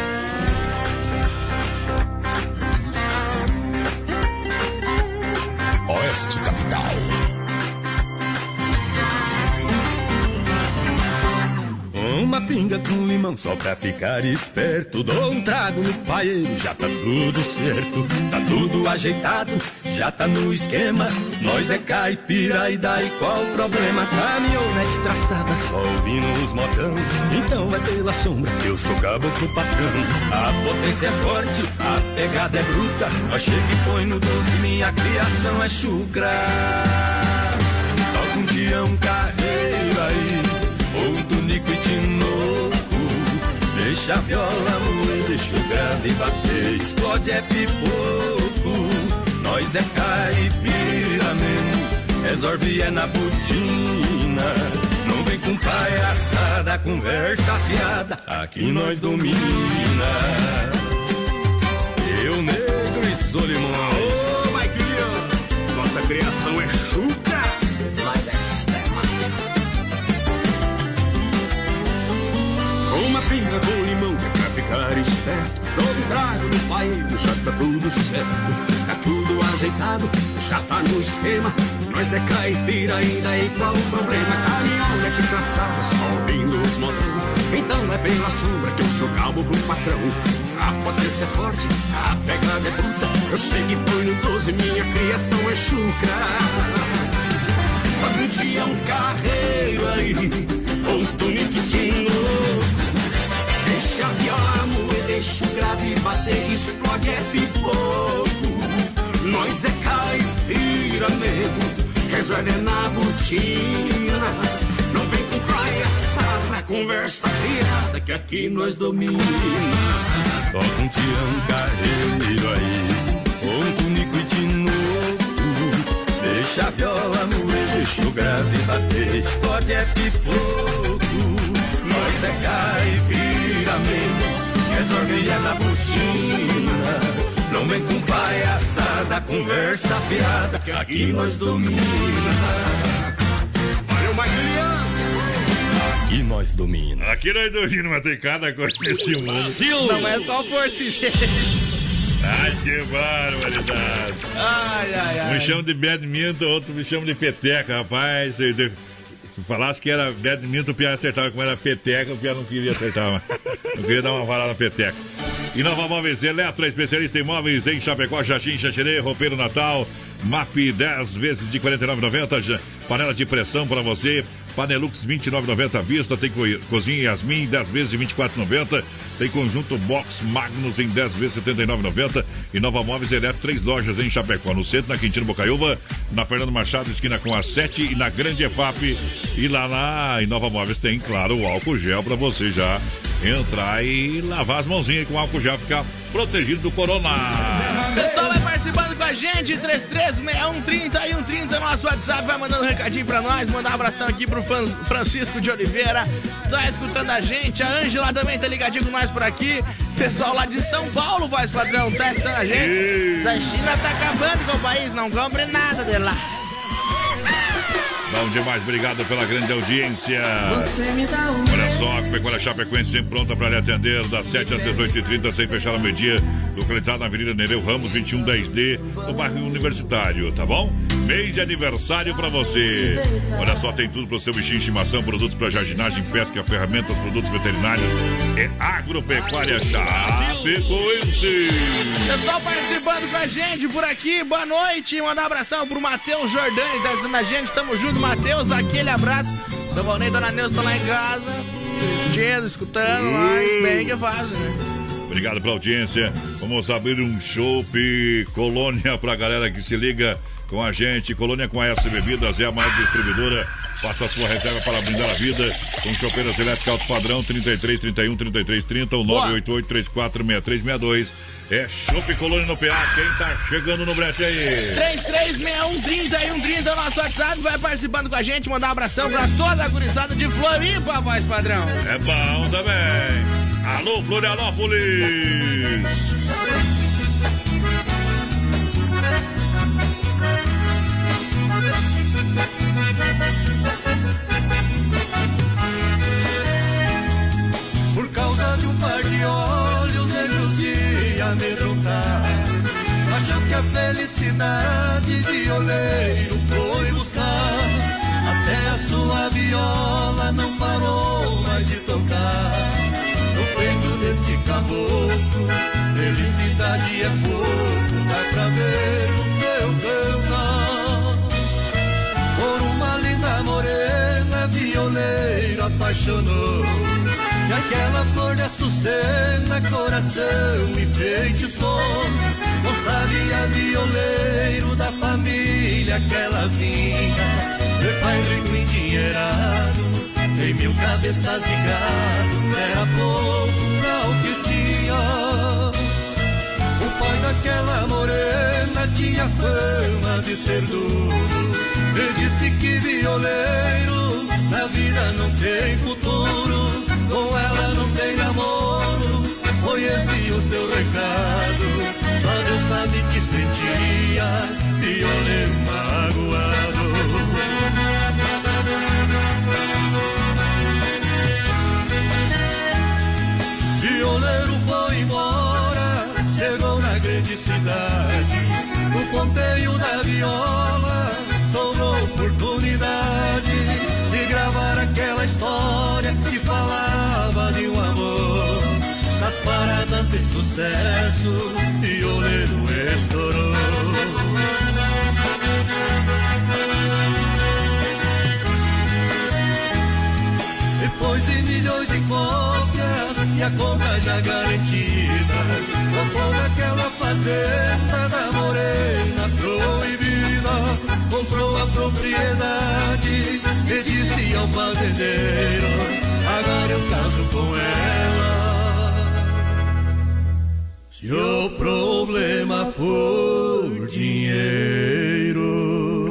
Oeste Capital.
Uma pinga com limão só pra ficar esperto. Dou um trago no paeiro, já tá tudo certo. Tá tudo ajeitado, já tá no esquema. Nós é caipira e daí qual o problema? Caminhonete traçada, só ouvindo os modão. Então vai pela sombra, eu sou caboclo patrão. A potência é forte, a pegada é bruta. Nós chega e põe no doce, minha criação é chucra. Toca um Tião Carreiro aí, ou um Tunico e Tinoco. Deixa a viola moer, deixa o grave bater. Explode é pipoco, nós é caipira mesmo. Resolve é na botina. Não vem com palhaçada, conversa fiada. Aqui nós domina. Eu, negro e Solimões. Ô, Maiquinho, nossa criação é chuca. Nós é uma pinga com limão que é pra ficar esperto. Todo um trago no paeiro, já tá tudo certo. Tá tudo
ajeitado, já tá no esquema. Nós é caipira ainda, e qual o problema? Caminhão é de traçada, só ouvindo os motores. Então é pela sombra que eu sou calmo pro patrão. A potência é forte, a pegada é bruta. Eu chego e ponho no doze, minha criação é chucra. Todo dia um carreiro aí, um tuniquitinho louco. Deixa a viola moer, deixa o grave bater, explode é pipoco. Nós é caipira mesmo, reserva é na botina. Não vem com palhaçada, conversa fiada, que aqui nós domina.
Toca um tião carreiro aí, um tunico de novo. Deixa a viola moer, deixa o grave bater, explode é pipoco. Nós é caipira mesmo, resolve é na botina. Não vem com palhaçada, conversa fiada, que aqui nós domina.
Valeu, Maguiano!
Aqui nós domina.
Aqui nós domina, mas tem cada coisa nesse mundo.
Brasil! Não é só força e jeito.
Ai, que barbaridade.
Ai, ai, ai.
Um me chama de badminton, outro me chama de peteca, rapaz. Se falasse que era badminton, o Pia acertava. Como era peteca, o Pia não queria acertar. Não queria dar uma varada na peteca. E Nova Móveis Eletro, especialista em móveis em Chapecó, Jaxim, Xaxerê, roupeiro Natal, M A P dez vezes de quarenta e nove reais e noventa centavos, panela de pressão para você, Panelux vinte e nove reais e noventa centavos vista, tem co cozinha Yasmin dez vezes de vinte e quatro reais e noventa centavos, tem conjunto Box Magnus em dez vezes de setenta e nove reais e noventa centavos e Nova Móveis Eletro, três lojas em Chapecó, no centro, na Quintino Bocaiúva, na Fernando Machado, esquina com a sete e na Grande E F A P. E lá na em Nova Móveis tem, claro, o álcool gel para você já entrar e lavar as mãozinhas com álcool gel, ficar protegido do corona.
Pessoal vai participando com a gente, três três seis um três zero e um trinta, nosso WhatsApp, vai mandando um recadinho pra nós, mandar um abração aqui pro Francisco de Oliveira, tá escutando a gente, a Ângela também tá ligadinho com nós por aqui, pessoal lá de São Paulo, voz padrão, tá escutando a gente. A China tá acabando com o país, não compre nada de lá.
Bom demais, obrigado pela grande audiência.
Você me dá um
Olha só, a Pecuária Chapecoense sempre pronta para lhe atender, das sete às dezoito e trinta, sem fechar ao meio-dia, localizado na Avenida Nereu Ramos, vinte e um dez D, no bairro Universitário, tá bom? Mês de aniversário para você. Olha só, tem tudo para o seu bichinho de estimação, produtos para jardinagem, pesca, ferramentas, produtos veterinários. É Agropecuária Chapecoense.
Pessoal participando com a gente por aqui, boa noite. Mandar um abração pro Matheus Jordani, tá ajudando a gente, tamo junto, Matheus, aquele abraço. Seu Valnei e Dona Neuza estão lá em casa, assistindo, escutando, mas bem que faz, né?
Obrigado pela audiência. Vamos abrir um chopp Colônia pra galera que se liga com a gente. Colônia com a S Bebidas é a maior distribuidora. Faça a sua reserva para brindar a vida com chopeiras elétricas alto padrão trinta e três, trinta e um, trinta e três, trinta ou nove oito oito, três quatro seis três seis dois. É Chopp Colônia no P A. Quem tá chegando no brete aí?
três três seis um, trinta e um trinta, nosso WhatsApp, vai participando com a gente, mandar um abração pra toda a gurizada de Floripa, voz padrão.
É bom também. Alô, Florianópolis!
Por causa de um par de olhos negros de amedrontar, achando que a felicidade violeiro foi buscar, até a sua viola não parou mais de tocar. No peito desse caboclo, felicidade é pouco, dá pra ver o seu cantar. Por uma linda morena, violeiro apaixonou, e aquela flor de açucena, coração enfeitiçou. Não sabia violeiro da família que ela vinha, de pai rico endinheirado, cem mil cabeças de gado, era pouco pra o que tinha. O pai daquela morena tinha fama de ser duro, e disse que violeiro na vida não tem futuro, com ela não tem namoro. Foi esse o seu recado, só Deus sabe que sentia violeiro magoado. Violeiro foi embora, chegou na grande cidade, no
ponteio da viola sobrou oportunidade de gravar aquela história que falava de um amor. Nas paradas de sucesso e o Lero estourou. Depois de milhões de cópias e a conta já garantida, comprou naquela fazenda da morena proibida. Comprou a propriedade e disse ao fazendeiro: agora eu caso com ela. Se o problema for dinheiro.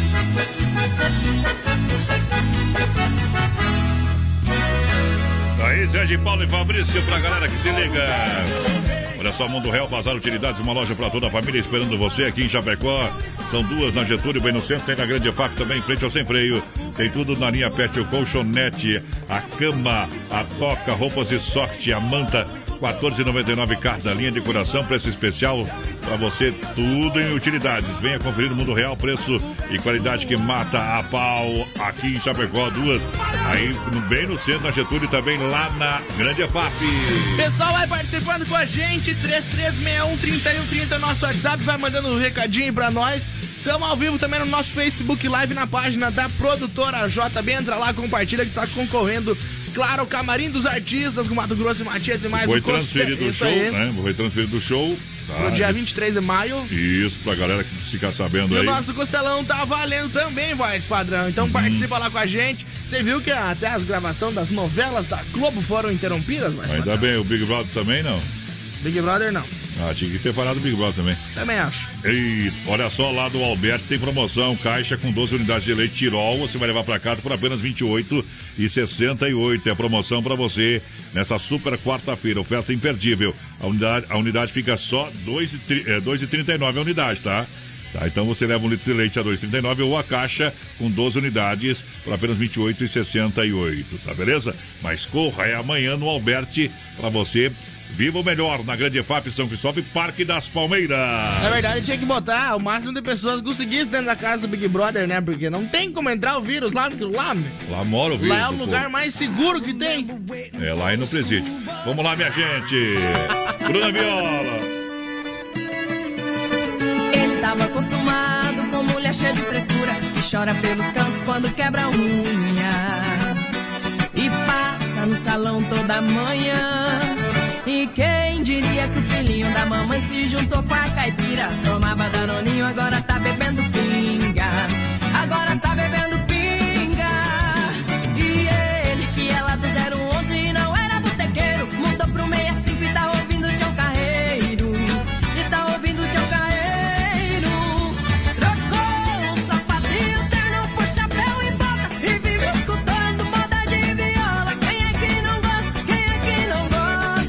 Aí, Sérgio Paulo e Fabrício, pra galera que se liga. Olha só, Mundo Real, Bazar Utilidades, uma loja pra toda a família esperando você aqui em Chapecó. São duas na Getúlio, bem no centro, tem na Grande E F A C também, em frente ao Sem Freio. Tem tudo na linha Pet, o colchonete, a cama, a toca, roupas e sorte, a manta. quatorze reais e noventa e nove cada, linha de coração, preço especial para você, tudo em utilidades. Venha conferir o Mundo Real, preço e qualidade que mata a pau aqui em Chapecó, duas. Aí bem no centro, na Getúlio, e também lá na Grande E F A P.
Pessoal, vai participando com a gente, três três seis um, três um três zero, nosso WhatsApp, vai mandando um recadinho pra nós. Estamos ao vivo também no nosso Facebook Live, na página da produtora J B. Entra lá, compartilha que tá concorrendo. Claro, o Camarim dos Artistas do Mato Grosso e Matias e mais
Foi
um
transferido do show,
aí.
né? Foi transferido do show. Tá,
no dia vinte e três de maio.
Isso, pra galera que ficar sabendo
e
aí.
E o nosso costelão tá valendo também, voz padrão. Então hum. participa lá com a gente. Você viu que até as gravações das novelas da Globo foram interrompidas, voz
Ainda
padrão.
bem, o Big Brother também não.
Big Brother não.
Ah, tinha que ter parado o Big Brother também.
Também acho.
E olha só, lá do Alberto tem promoção, caixa com doze unidades de leite Tirol, você vai levar para casa por apenas vinte e oito reais e sessenta e oito centavos. É promoção para você nessa super quarta-feira, oferta imperdível. A unidade, a unidade fica só dois reais e trinta e nove centavos a unidade, tá? Tá, então você leva um litro de leite a dois reais e trinta e nove centavos ou a caixa com doze unidades por apenas vinte e oito reais e sessenta e oito centavos, tá beleza? Mas corra, é amanhã no Alberti para você. Viva o melhor na Grande E F A P São Cristóvão e Parque das Palmeiras.
Na verdade, tinha que botar o máximo de pessoas que conseguissem dentro da casa do Big Brother, né? Porque não tem como entrar o vírus lá naquilo lá.
Lá mora o vírus.
Lá é o lugar pô. mais seguro que tem.
É, lá e no presídio. Vamos lá, minha gente. Bruna Viola.
Ele tava acostumado com mulher cheia de frescura, que chora pelos cantos quando quebra a unha e passa no salão toda manhã. E quem diria que o filhinho da mamãe se juntou com a caipira? Tomava danoninho, agora tá bebendo pinga. Agora tá bebendo pinga. E ele, que é lá do zero onze e não era botequeiro, mudou pro sessenta e cinco e tá ouvindo Tião Carreiro. E tá ouvindo Tião Carreiro. Trocou o sapatinho, terno por chapéu e bota e vive escutando moda de viola. Quem é que não gosta? Quem é que não gosta?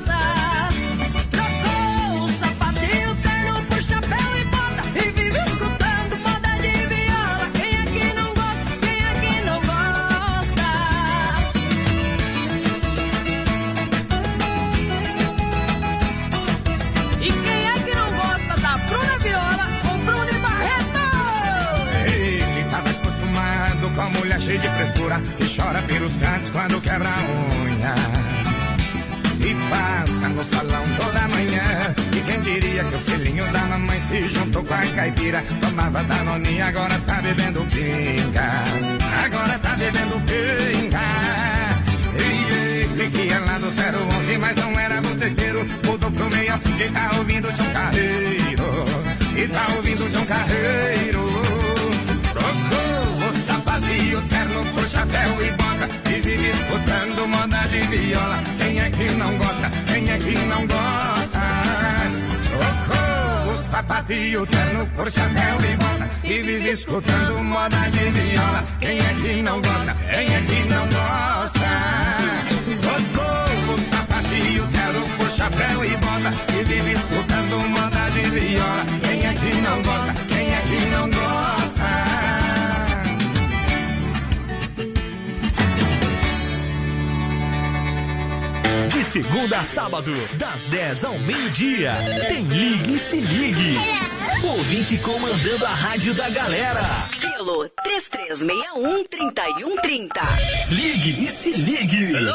Chapéu e bota e vive escutando moda de viola. Quem é que não gosta? Quem é que não gosta? E quem é que não gosta da Bruna Viola ou Bruno Barreto?
Ele tava acostumado com a mulher cheia de frescura, que chora pelos cantos quando quebra a unha e passa no salão toda manhã. E quem diria que o filhinho da mamãe se juntou com a caipira? Tomava danoninha, agora tá bebendo pinga. Agora tá bebendo pinga. E ele que é lá do zero onze, mas não era botequeiro, mudou pro meio assim que tá ouvindo Tião Carreiro. E tá ouvindo Tião Carreiro. Trocou o sapatinho, o terno por chapéu e bota e vive escutando moda de viola. Quem é que não gosta? Quem é que não gosta? Trocou o sapatinho, o terno por chapéu e bota e vive escutando moda de viola. Quem é que não gosta? Quem é que não gosta? Trocou o sapatinho, o terno por chapéu e bota e vive escutando moda de viola. Quem é que não gosta? Quem é que não gosta?
De segunda a sábado, das dez ao meio-dia, tem Ligue e Se Ligue. Ouvinte comandando a rádio da galera.
Pelo três três seis um, três um três zero.
Ligue e se ligue.
Hello!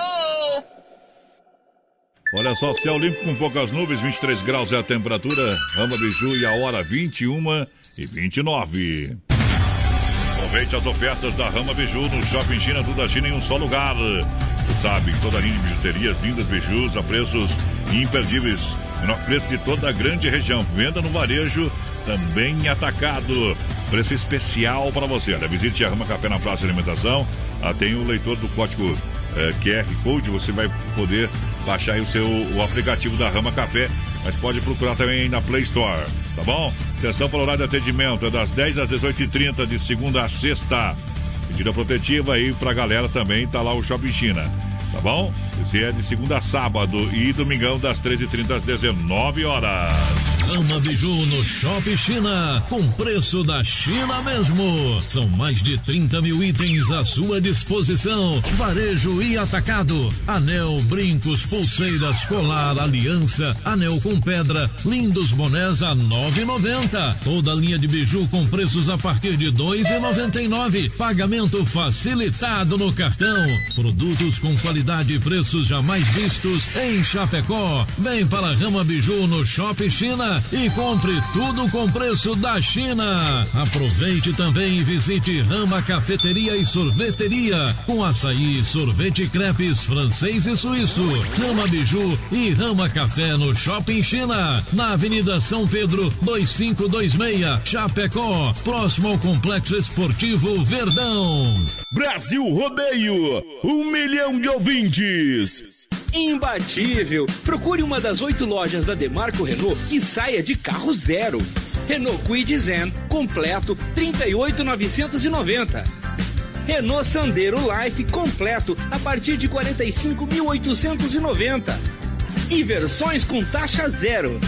Olha só, céu limpo com poucas nuvens, vinte e três graus é a temperatura. Rama Biju e a hora vinte e uma e vinte e nove. Aproveite as ofertas da Rama Biju no Shopping China, tudo da China em um só lugar. Você sabe, toda a linha de bijuterias, lindas bijus a preços imperdíveis. Menor preço de toda a grande região. Venda no varejo, também em atacado. Preço especial para você. Olha, visite a Rama Café na Praça de Alimentação. Ah, tem o leitor do código eh, Q R Code. Você vai poder baixar aí o seu o aplicativo da Rama Café. Mas pode procurar também na Play Store, tá bom? Atenção para o horário de atendimento. É das dez às dezoito e trinta, de segunda a sexta. Medida protetiva aí pra galera também. Tá lá o Shopping China. Tá bom? Esse é de segunda a sábado e domingão das treze e trinta às dezenove horas.
Rama Biju no Shopping China, com preço da China mesmo. São mais de trinta mil itens à sua disposição. Varejo e atacado. Anel, brincos, pulseiras, colar, aliança, anel com pedra, lindos bonés a nove reais e noventa centavos. Toda a linha de biju com preços a partir de dois reais e noventa e nove centavos. Pagamento facilitado no cartão. Produtos com qualidade e preços jamais vistos em Chapecó. Vem para Rama Biju no Shopping China e compre tudo com preço da China. Aproveite também e visite Rama Cafeteria e Sorveteria, com açaí, sorvete e crepes francês e suíço. Rama Biju e Rama Café no Shopping China, na Avenida São Pedro dois cinco dois seis, Chapecó, próximo ao Complexo Esportivo Verdão.
Brasil Rodeio, um milhão de ouvintes.
Imbatível. Procure uma das oito lojas da Demarco Renault e saia de carro zero. Renault Kwid Zen completo trinta e oito mil novecentos e noventa. Renault Sandero Life completo a partir de quarenta e cinco mil oitocentos e noventa. E versões com taxa zero.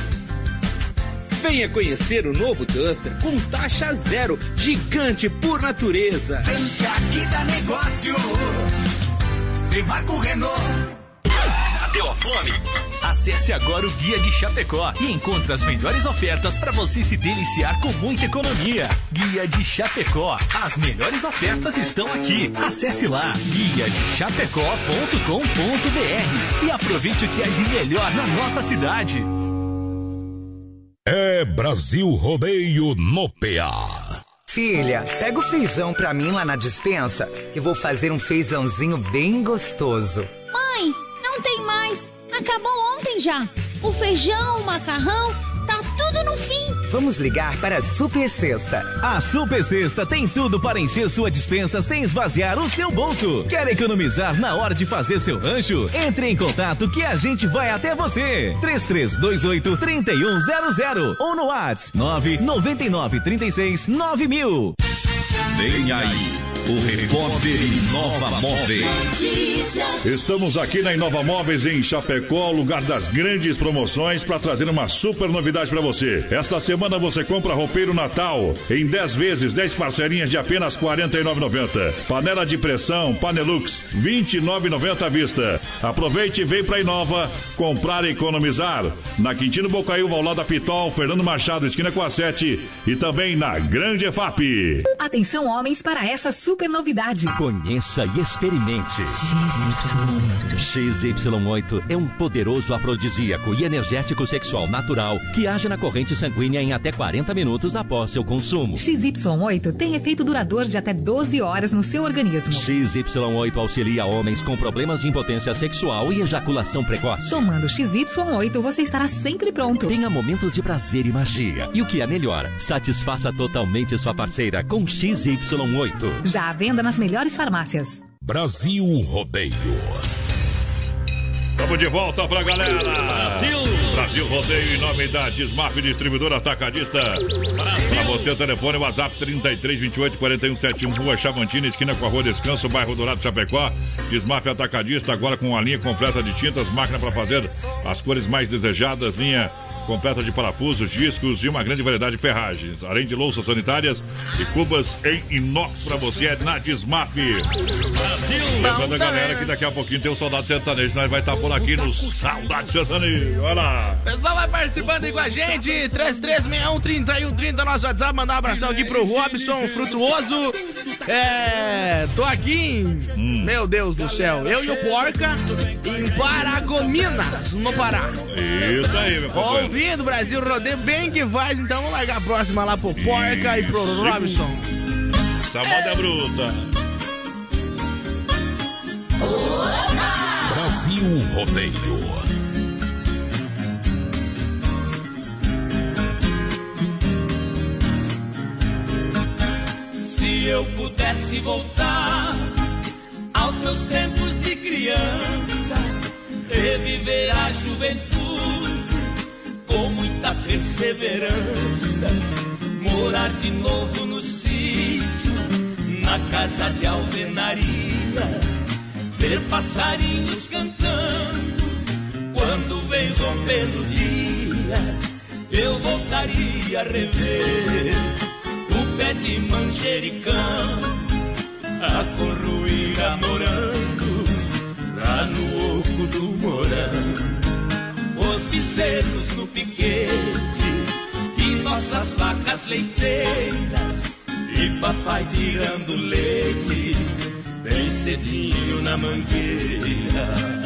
Venha conhecer o novo Duster com taxa zero, gigante por natureza.
Vem que aqui dá negócio. Demarco Renault.
Bateu a fome? Acesse agora o Guia de Chapecó e encontre as melhores ofertas para você se deliciar com muita economia. Guia de Chapecó. As melhores ofertas estão aqui. Acesse lá guia de chapecó ponto com ponto br e aproveite o que é de melhor na nossa cidade.
É Brasil Rodeio no P A.
Filha, pega o feijão pra mim lá na despensa, que vou fazer um feijãozinho bem gostoso.
Mãe, não tem mais. Acabou ontem já. O feijão, o macarrão, tá tudo no fim.
Vamos ligar para a Super Sexta.
A Super Sexta tem tudo para encher sua despensa sem esvaziar o seu bolso. Quer economizar na hora de fazer seu rancho? Entre em contato que a gente vai até você. três três dois oito, três um zero zero ou no WhatsApp nove nove nove, três seis, nove mil.
Vem aí o repórter Inova Móveis.
Estamos aqui na Inova Móveis em Chapecó, lugar das grandes promoções, para trazer uma super novidade para você. Esta semana você compra roupeiro Natal em dez vezes, dez parcelinhas de apenas quarenta e nove reais e noventa centavos. Panela de pressão Panelux vinte e nove reais e noventa centavos à vista. Aproveite e vem para Inova comprar e economizar. Na Quintino Bocaiúva, ao lado da Pitol, Fernando Machado, esquina com a sete, e também na Grande E F A P.
Atenção, homens, para essa super novidade.
Conheça e experimente. X Y oito é um poderoso afrodisíaco e energético sexual natural que age na corrente sanguínea em até quarenta minutos após seu consumo.
X Y oito tem efeito duradouro de até doze horas no seu organismo.
X Y oito auxilia homens com problemas de impotência sexual e ejaculação precoce.
Tomando X Y oito, você estará sempre pronto.
Tenha momentos de prazer e magia. E o que é melhor, satisfaça totalmente sua parceira com X Y oito.
Já à venda nas melhores farmácias.
Brasil Rodeio.
Estamos de volta pra galera. Brasil. Brasil Rodeio em nome da Desmaf Distribuidora Atacadista. Brasil. Pra você, telefone WhatsApp trinta e três, vinte e oito, quarenta e um, setenta e um, Rua Chavantina, esquina com a Rua Descanso, bairro Dourado, Chapecó. Desmaf Atacadista, agora com a linha completa de tintas, máquina para fazer as cores mais desejadas, linha completa de parafusos, discos e uma grande variedade de ferragens. Além de louças sanitárias e cubas em inox pra você, é na Desmaf. Brasil! Lembrando a galera que daqui a pouquinho tem o Saudade Sertanejo, nós vai estar por aqui no Saudade Sertanejo. Olha lá!
Pessoal, vai participando aí com a gente, três três seis um, três um três zero, nosso WhatsApp, mandar um abração aqui pro Robson Frutuoso. É, tô aqui em, hum. meu Deus do céu, eu e o Porca em Paragominas, no Pará.
Isso aí, meu companheiro.
Ouvindo Brasil Rodeio, bem que faz, então vamos largar a próxima lá pro Porca Isso. e pro Robson.
Essa moda é bruta.
Brasil Rodeio.
Se eu pudesse voltar aos meus tempos de criança, reviver a juventude com muita perseverança, morar de novo no sítio, na casa de alvenaria, ver passarinhos cantando quando vem rompendo o dia, eu voltaria a rever o pé de manjericão, a corruíra morando lá no oco do morango, os bezerros no piquete e nossas vacas leiteiras, e papai tirando leite bem cedinho na mangueira.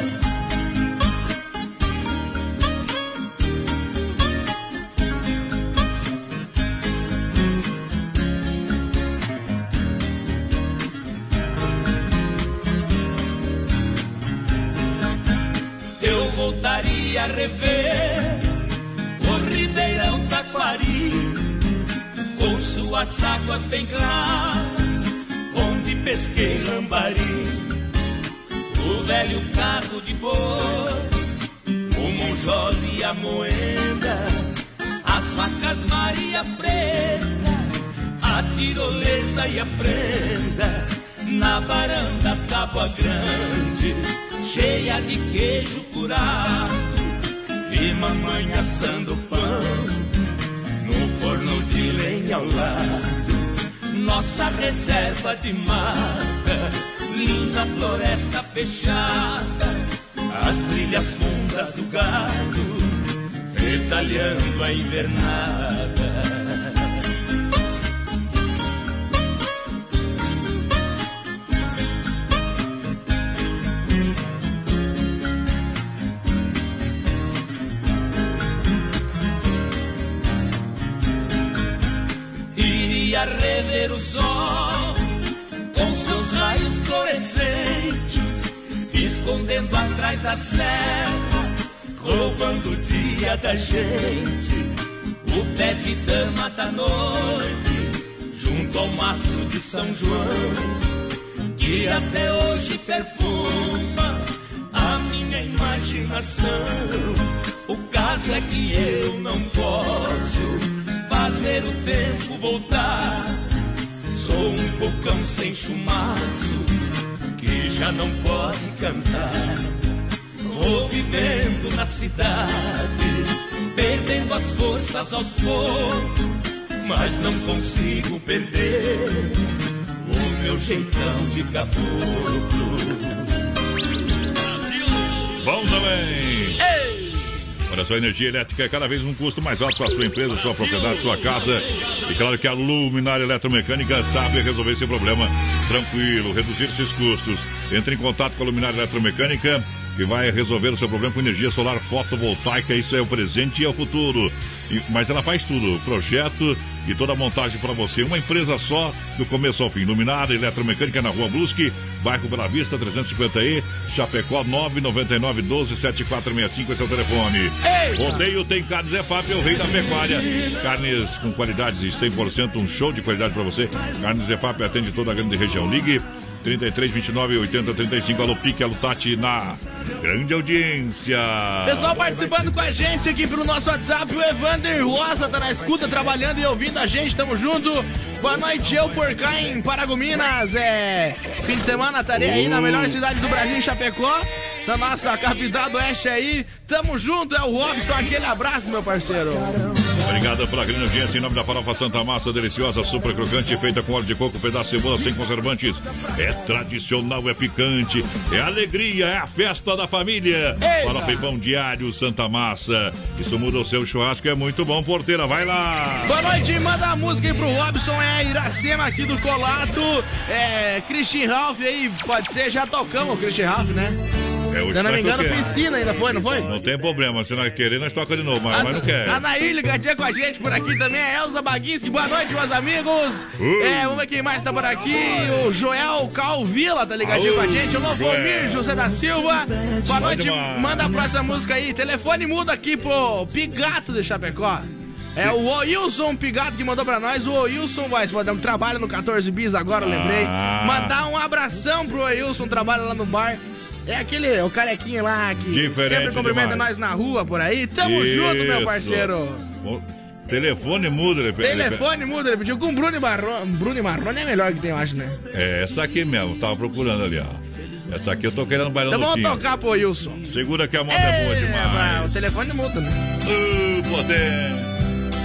Voltaria a rever o Ribeirão Taquari, com suas águas bem claras, onde pesquei lambari, o velho carro de boi, o monjolo e a moenda, as vacas Maria Preta, a tirolesa e a prenda, na varanda Tábua Grande, cheia de queijo curado, e mamãe assando pão no forno de lenha ao lado. Nossa reserva de mata, linda floresta fechada, as trilhas fundas do gado, retalhando a invernada. A rever o sol com seus raios fluorescentes, escondendo atrás da serra, roubando o dia da gente. O pé de dama da noite, junto ao mastro de São João, que até hoje perfuma a minha imaginação. O caso é que eu não posso fazer o tempo voltar. Sou um bocão sem chumaço que já não pode cantar. Vou vivendo na cidade, perdendo as forças aos poucos, mas não consigo perder o meu jeitão de caboclo.
Bom também! Ei! Olha só, a energia elétrica é cada vez um custo mais alto para a sua empresa, sua propriedade, sua casa. E claro que a Luminária Eletromecânica sabe resolver esse problema tranquilo, reduzir esses custos. Entre em contato com a Luminária Eletromecânica, que vai resolver o seu problema com energia solar fotovoltaica. Isso é o presente e é o futuro. E, mas ela faz tudo, projeto e toda a montagem para você. Uma empresa só, do começo ao fim. Luminária Eletromecânica na Rua Brusque, bairro Bela Vista, trezentos e cinquenta E, Chapecó, nove nove nove, doze, setenta e quatro sessenta e cinco. Esse é o telefone. Eita! Rodeio tem Carnes Zé Fap, é o rei da pecuária. Carnes com qualidades de cem por cento, um show de qualidade para você. Carnes Zé Fap atende toda a grande região. Ligue trinta e três, vinte e nove, oitenta, trinta e cinco. Alô Pique, alô Tati, na grande audiência.
Pessoal participando com a gente aqui pelo nosso WhatsApp. O Evander Rosa tá na escuta, trabalhando e ouvindo a gente. Tamo junto. Boa noite, eu por cá em Paragominas. É fim de semana, estarei aí na melhor cidade do Brasil, em Chapecó. da nossa capital do oeste aí. Tamo junto, é o Robson, aquele abraço, meu parceiro.
Obrigado pela grande audiência. Em nome da farofa Santa Massa, deliciosa, super crocante, feita com óleo de coco, pedaço de cebola, sem conservantes. É tradicional, é picante, é alegria, é a festa da família. Farofa e pão diário Santa Massa. Isso muda o seu churrasco, é muito bom, porteira, vai lá.
Boa noite, manda a música aí pro Robson, é a Iracema aqui do Colato. É, Christian Ralph aí, pode ser, já tocamos o Christian Ralph, né?
É,
se eu não me engano, piscina ainda foi, não foi?
Não tem problema, se nós querer, nós toca de novo, mas, a, mas não quer.
A Nair ligadinha com a gente por aqui também, a Elza Baguinski, boa noite, meus amigos. Uh. É, vamos ver quem mais tá por aqui, o Joel Calvila tá ligadinho uh, com a gente, o Lovomir José da Silva. Boa noite, manda a próxima música aí, telefone muda aqui pro Pigato de Chapecó. É o Wilson Pigato que mandou pra nós. O Wilson vai, trabalha no quatorze bis agora, eu lembrei. Ah. Mandar um abração pro Wilson, trabalha lá no bar. É aquele, o carequinha lá que
diferente
sempre cumprimenta
demais.
nós na rua, por aí. Tamo Isso. junto, meu parceiro.
O telefone muda, ele pediu.
Telefone muda, ele pediu com Bruno Marrone. Bruno Marrone é melhor que tem, eu acho, né?
É, essa aqui mesmo, tava procurando ali, ó. Essa aqui eu tô querendo bailar
no Então vamos tocar pro Wilson.
Segura que a moda é, é boa demais.
O telefone muda, né?
Uh, poder.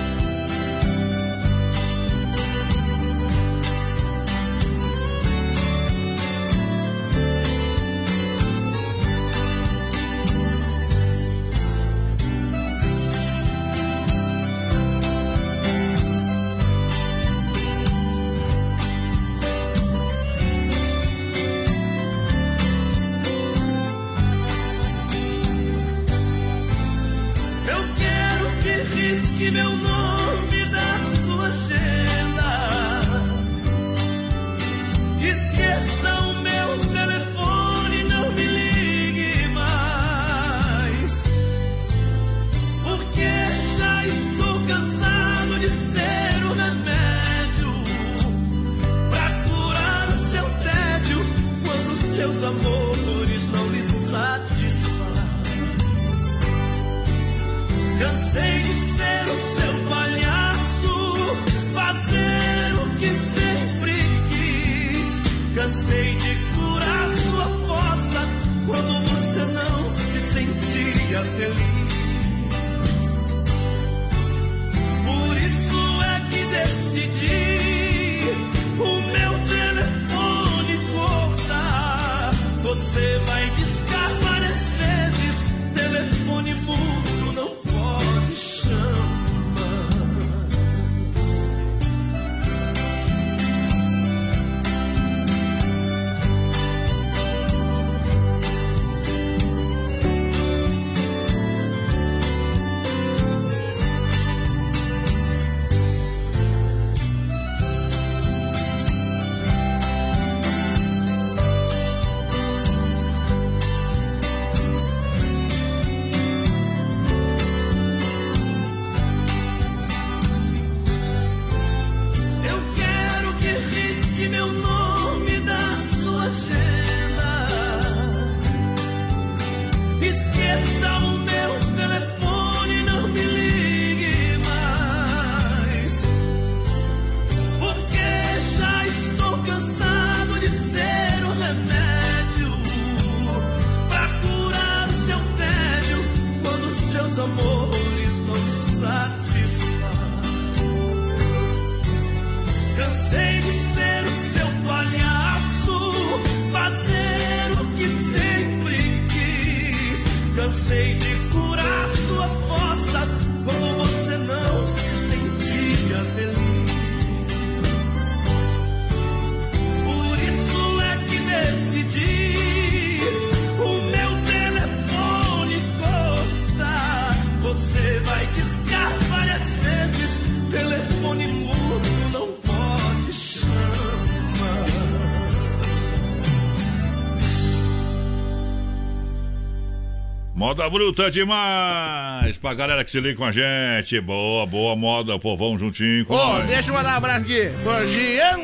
Moda bruta demais pra galera que se liga com a gente. Boa, boa moda, o povão juntinho com
Ô,
nós.
Deixa eu mandar um abraço aqui. O Jean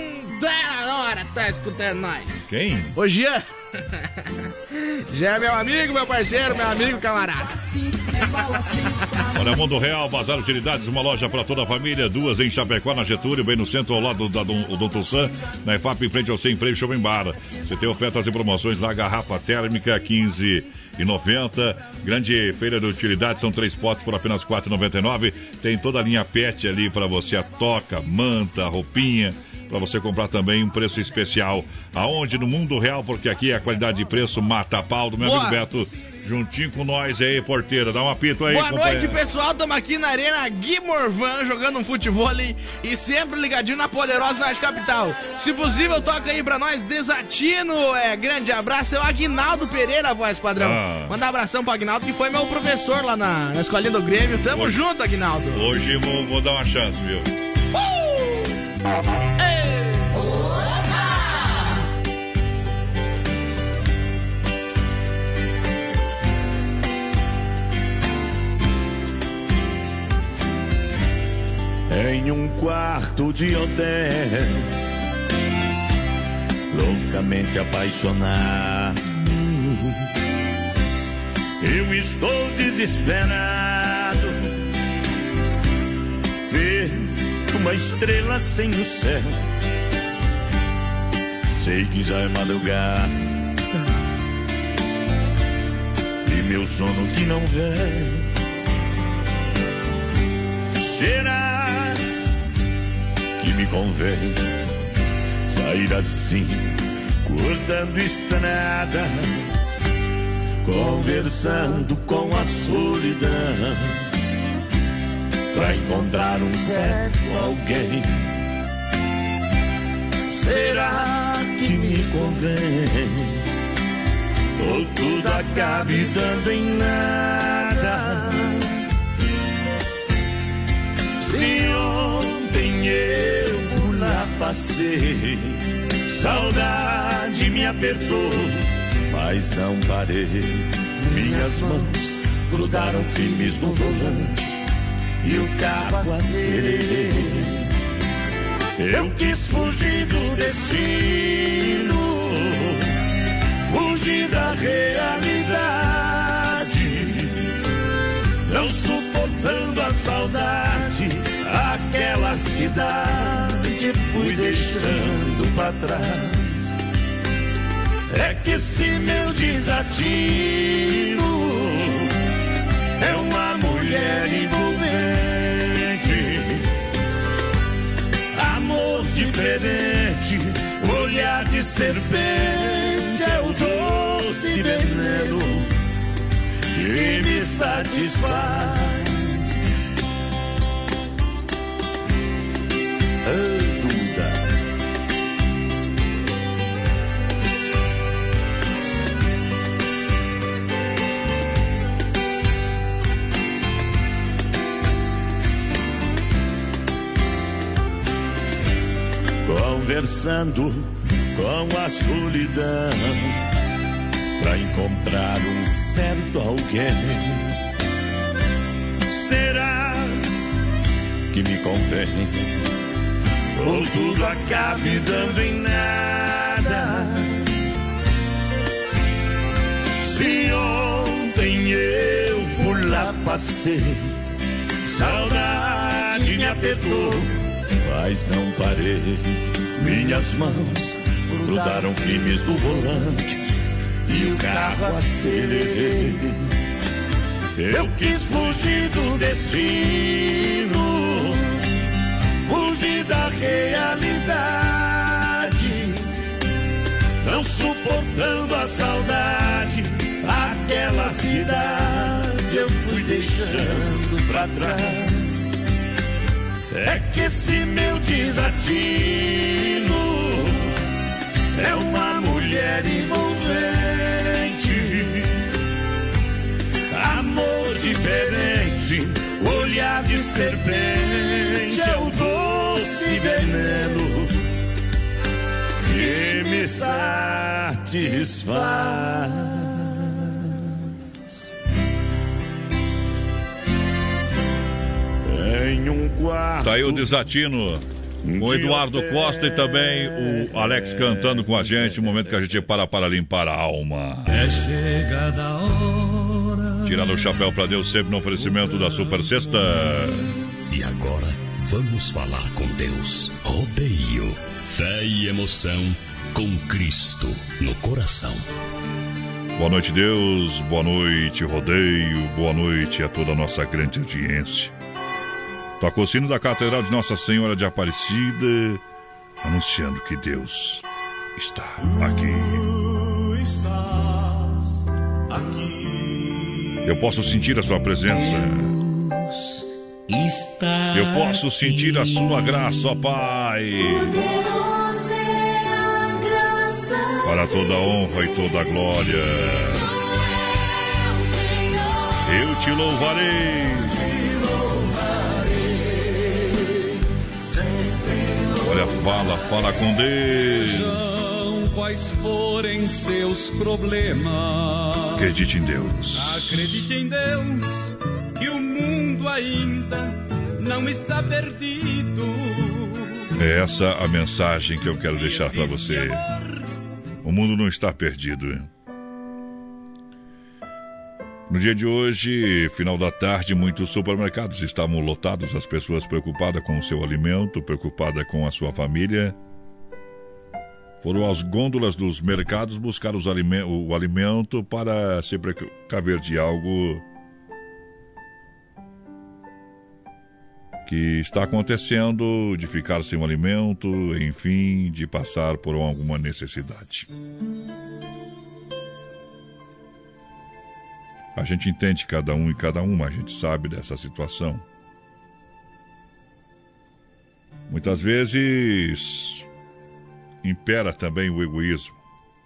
da hora tá escutando nós.
Quem?
O Jean. Já é meu amigo, meu parceiro, meu amigo, camarada.
Olha, Mundo Real, Bazar Utilidades, uma loja para toda a família, duas em Chapecó, na Getúlio, bem no centro, ao lado da Doutor Sam, na E F A P, em frente ao Sem Freio Shopping Bar. Você tem ofertas e promoções lá, garrafa térmica, quinze e noventa. Grande feira de utilidades, são três potes por apenas quatro e noventa e nove. Tem toda a linha pet ali para você, a toca, manta, roupinha, para você comprar também um preço especial. Aonde? No Mundo Real, porque aqui a qualidade de preço mata a pau do meu
Boa.
amigo Beto. Juntinho com nós aí, porteira. Dá um apito aí,
Boa
companheiro.
noite, pessoal. Estamos aqui na Arena Gui Morvan, jogando um futebol e sempre ligadinho na Poderosa Norte Capital. Se possível, toca aí pra nós, Desatino. É, grande abraço. É o Aguinaldo Pereira, voz padrão.
Ah.
Manda um abração pro Aguinaldo, que foi meu professor lá na, na escolinha do Grêmio. Tamo
Hoje-
junto, Aguinaldo.
Hoje vou, vou dar uma chance, viu?
Em um quarto de hotel, loucamente apaixonado, eu estou desesperado. Ver uma estrela sem o céu, sei que já é madrugada e meu sono que não vem. Será que me convém sair assim, cortando estrada, conversando com a solidão, pra encontrar um certo alguém? Será que me convém? Ou tudo acabe dando em nada? Se ontem eu por lá passei, saudade me apertou, mas não parei. Minhas mãos grudaram firmes no volante e o carro acelerei. Eu quis fugir do destino, fugir da realidade, não suportando a saudade, aquela cidade fui deixando pra trás. É que esse meu desatino é uma mulher envolvente, amor diferente, olhar de serpente, é o doce veneno que me satisfaz. Oh, Duda. Conversando com a solidão, pra encontrar um certo alguém. Será que me convém? Ou tudo acabe dando em nada? Se ontem eu por lá passei, saudade me apertou, mas não parei. Minhas mãos grudaram firmes no volante e o carro acelerei. Eu quis fugir do destino, fugir da realidade, não suportando a saudade, aquela cidade eu fui deixando pra trás. É que esse meu desatino é uma mulher envolvente, amor diferente, olhar de serpente, é o doce veneno que me satisfaz. Em um quarto.
Tá aí o Desatino com o Eduardo Costa e também o Alex cantando com a gente. Um momento que a gente para para limpar a alma.
É chegada a hora
Tirar o chapéu pra Deus sempre no oferecimento da Super Sexta.
E agora, vamos falar com Deus. Rodeio, fé e emoção com Cristo no coração.
Boa noite, Deus. Boa noite, Rodeio. Boa noite a toda a nossa grande audiência. Toca o sino da Catedral de Nossa Senhora de Aparecida, anunciando que Deus está aqui.
Tu estás aqui.
Eu posso sentir a sua presença.
Deus está
Eu posso sentir a sua graça, ó Pai. Para toda a honra e toda a glória, eu te louvarei. Olha, fala, fala com Deus.
Sejam quais forem seus problemas.
Acredite em Deus.
Acredite em Deus, que o mundo ainda não está perdido.
É essa a mensagem que eu quero deixar para você. O mundo não está perdido. No dia de hoje, final da tarde, muitos supermercados estavam lotados, as pessoas preocupadas com o seu alimento, preocupadas com a sua família. Foram às gôndolas dos mercados buscar os alime- o alimento para se precaver de algo que está acontecendo, de ficar sem o alimento, enfim, de passar por alguma necessidade. A gente entende cada um e cada uma, a gente sabe dessa situação. Muitas vezes impera também o egoísmo,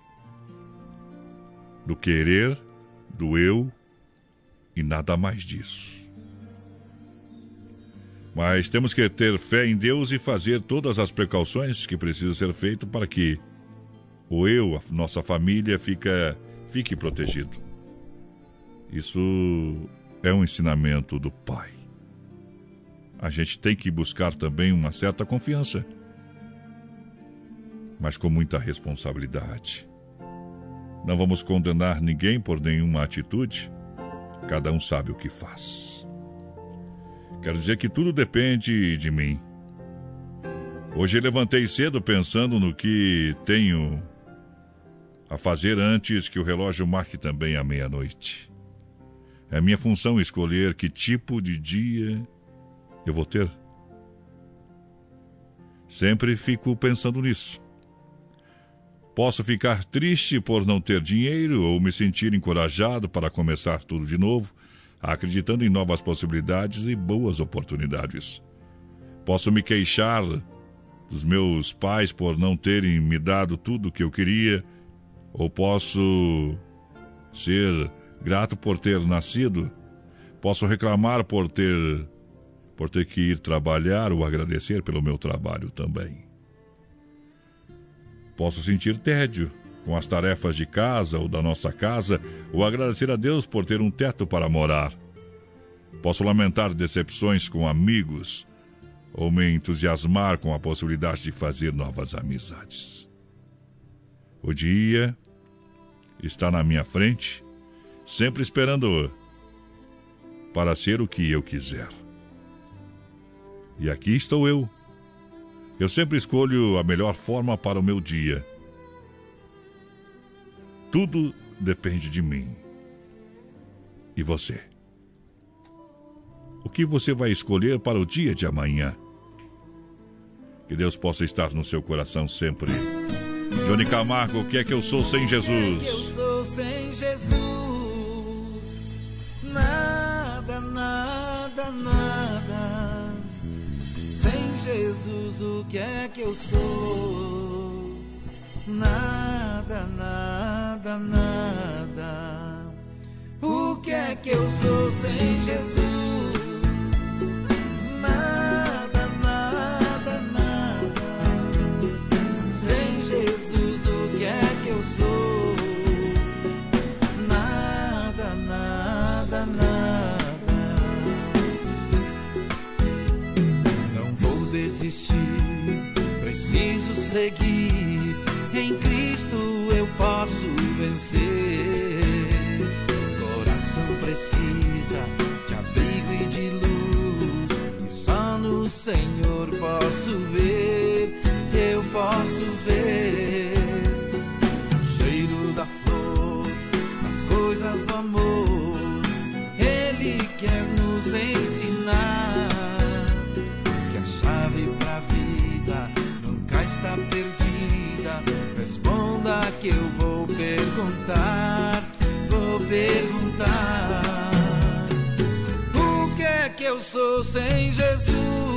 do querer, do eu e nada mais disso. Mas temos que ter fé em Deus e fazer todas as precauções que precisam ser feitas para que o eu, a nossa família, fica, fique protegido. Isso é um ensinamento do Pai. A gente tem que buscar também uma certa confiança, mas com muita responsabilidade. Não vamos condenar ninguém por nenhuma atitude. Cada um sabe o que faz. Quero dizer que tudo depende de mim. Hoje levantei cedo pensando no que tenho a fazer antes que o relógio marque também a meia-noite. É minha função escolher que tipo de dia eu vou ter. Sempre fico pensando nisso. Posso ficar triste por não ter dinheiro ou me sentir encorajado para começar tudo de novo, acreditando em novas possibilidades e boas oportunidades. Posso me queixar dos meus pais por não terem me dado tudo o que eu queria, ou posso ser grato por ter nascido. Posso reclamar por ter, por ter que ir trabalhar ou agradecer pelo meu trabalho também. Posso sentir tédio com as tarefas de casa ou da nossa casa, ou agradecer a Deus por ter um teto para morar. Posso lamentar decepções com amigos, ou me entusiasmar com a possibilidade de fazer novas amizades. O dia está na minha frente, sempre esperando para ser o que eu quiser. E aqui estou eu. Eu sempre escolho a melhor forma para o meu dia. Tudo depende de mim. E você? O que você vai escolher para o dia de amanhã? Que Deus possa estar no seu coração sempre. Johnny Camargo, o que é que eu sou sem Jesus?
O que é que eu sou sem Jesus? Nada, nada, nada. Sem Jesus, o que é que eu sou? Nada, nada, nada. O que é que eu sou sem Jesus? Nada, nada, nada. Sem Jesus, o que é que eu sou? Nada, nada, nada. Não vou desistir, preciso seguir. Em Cristo eu posso vencer. Coração precisa
Senhor, posso ver, eu posso ver o cheiro da flor, as coisas do amor. Ele quer nos ensinar que a chave pra vida nunca está perdida. Responda que eu vou perguntar, vou perguntar. O que é que eu sou sem Jesus?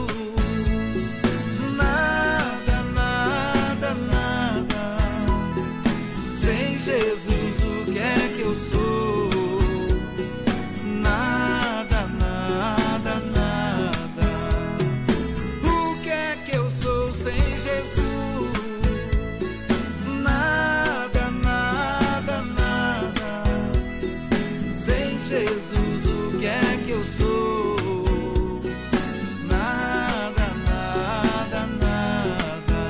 Nada, nada, nada. Sem Jesus, o que é que eu sou? Nada, nada, nada. O que é que eu sou sem Jesus? Nada, nada, nada. Sem Jesus, o que é que eu sou? Nada, nada, nada.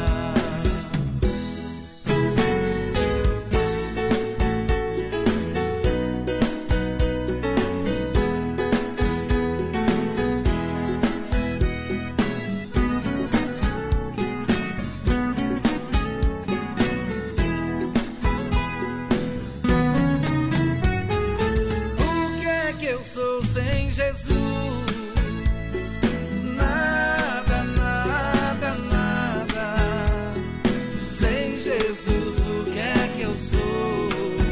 O que é que eu sou sem Jesus? Nada, nada, nada. Sem Jesus, o que é que eu sou?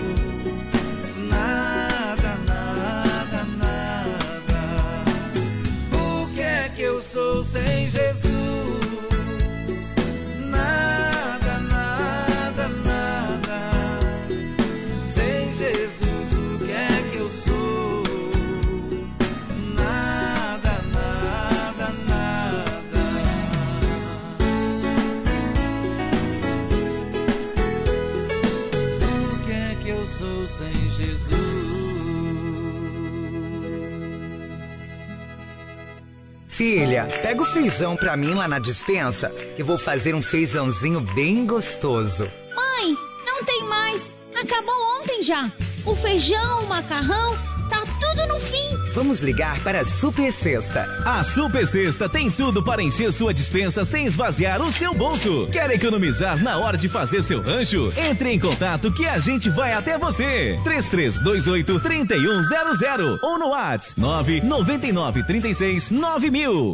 Nada, nada, nada. O que é que eu sou sem Jesus? Nada, nada, nada. Sem Jesus, o que é que eu sou? Nada, nada, nada. O que é que eu sou sem Jesus?
Filha, pega o feijão pra mim lá na despensa, que vou fazer um feijãozinho bem gostoso.
Mãe, não tem mais. Acabou ontem já. O feijão, o macarrão, tá tudo no fim.
Vamos ligar para a Super Sexta.
A Super Sexta tem tudo para encher sua despensa sem esvaziar o seu bolso. Quer economizar na hora de fazer seu rancho? Entre em contato que a gente vai até você. três três dois oito, três um zero zero ou no WhatsApp nove nove nove, três seis, nove mil.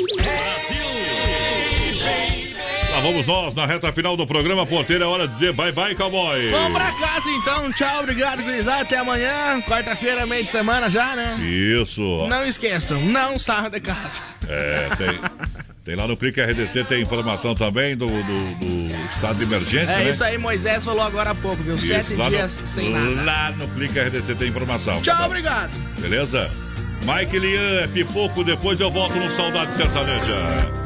Lá vamos nós na reta final do programa. Porteira, é hora de dizer bye bye, cowboy.
Vamos pra casa então. Tchau, obrigado, gurizada. Até amanhã. Quarta-feira, meio de semana já, né?
Isso.
Não esqueçam, não saiam de casa.
É, tem, tem lá no Clique R D C, tem informação também do, do, do estado de emergência,
É
né?
isso aí, Moisés falou agora há pouco, viu?
Isso,
Sete
lá
dias
no,
sem nada.
Lá no Clique R D C tem informação.
Tchau,
Tá?
obrigado.
Beleza? Mike Lian, é pipoco, depois eu volto no Saudade Sertaneja.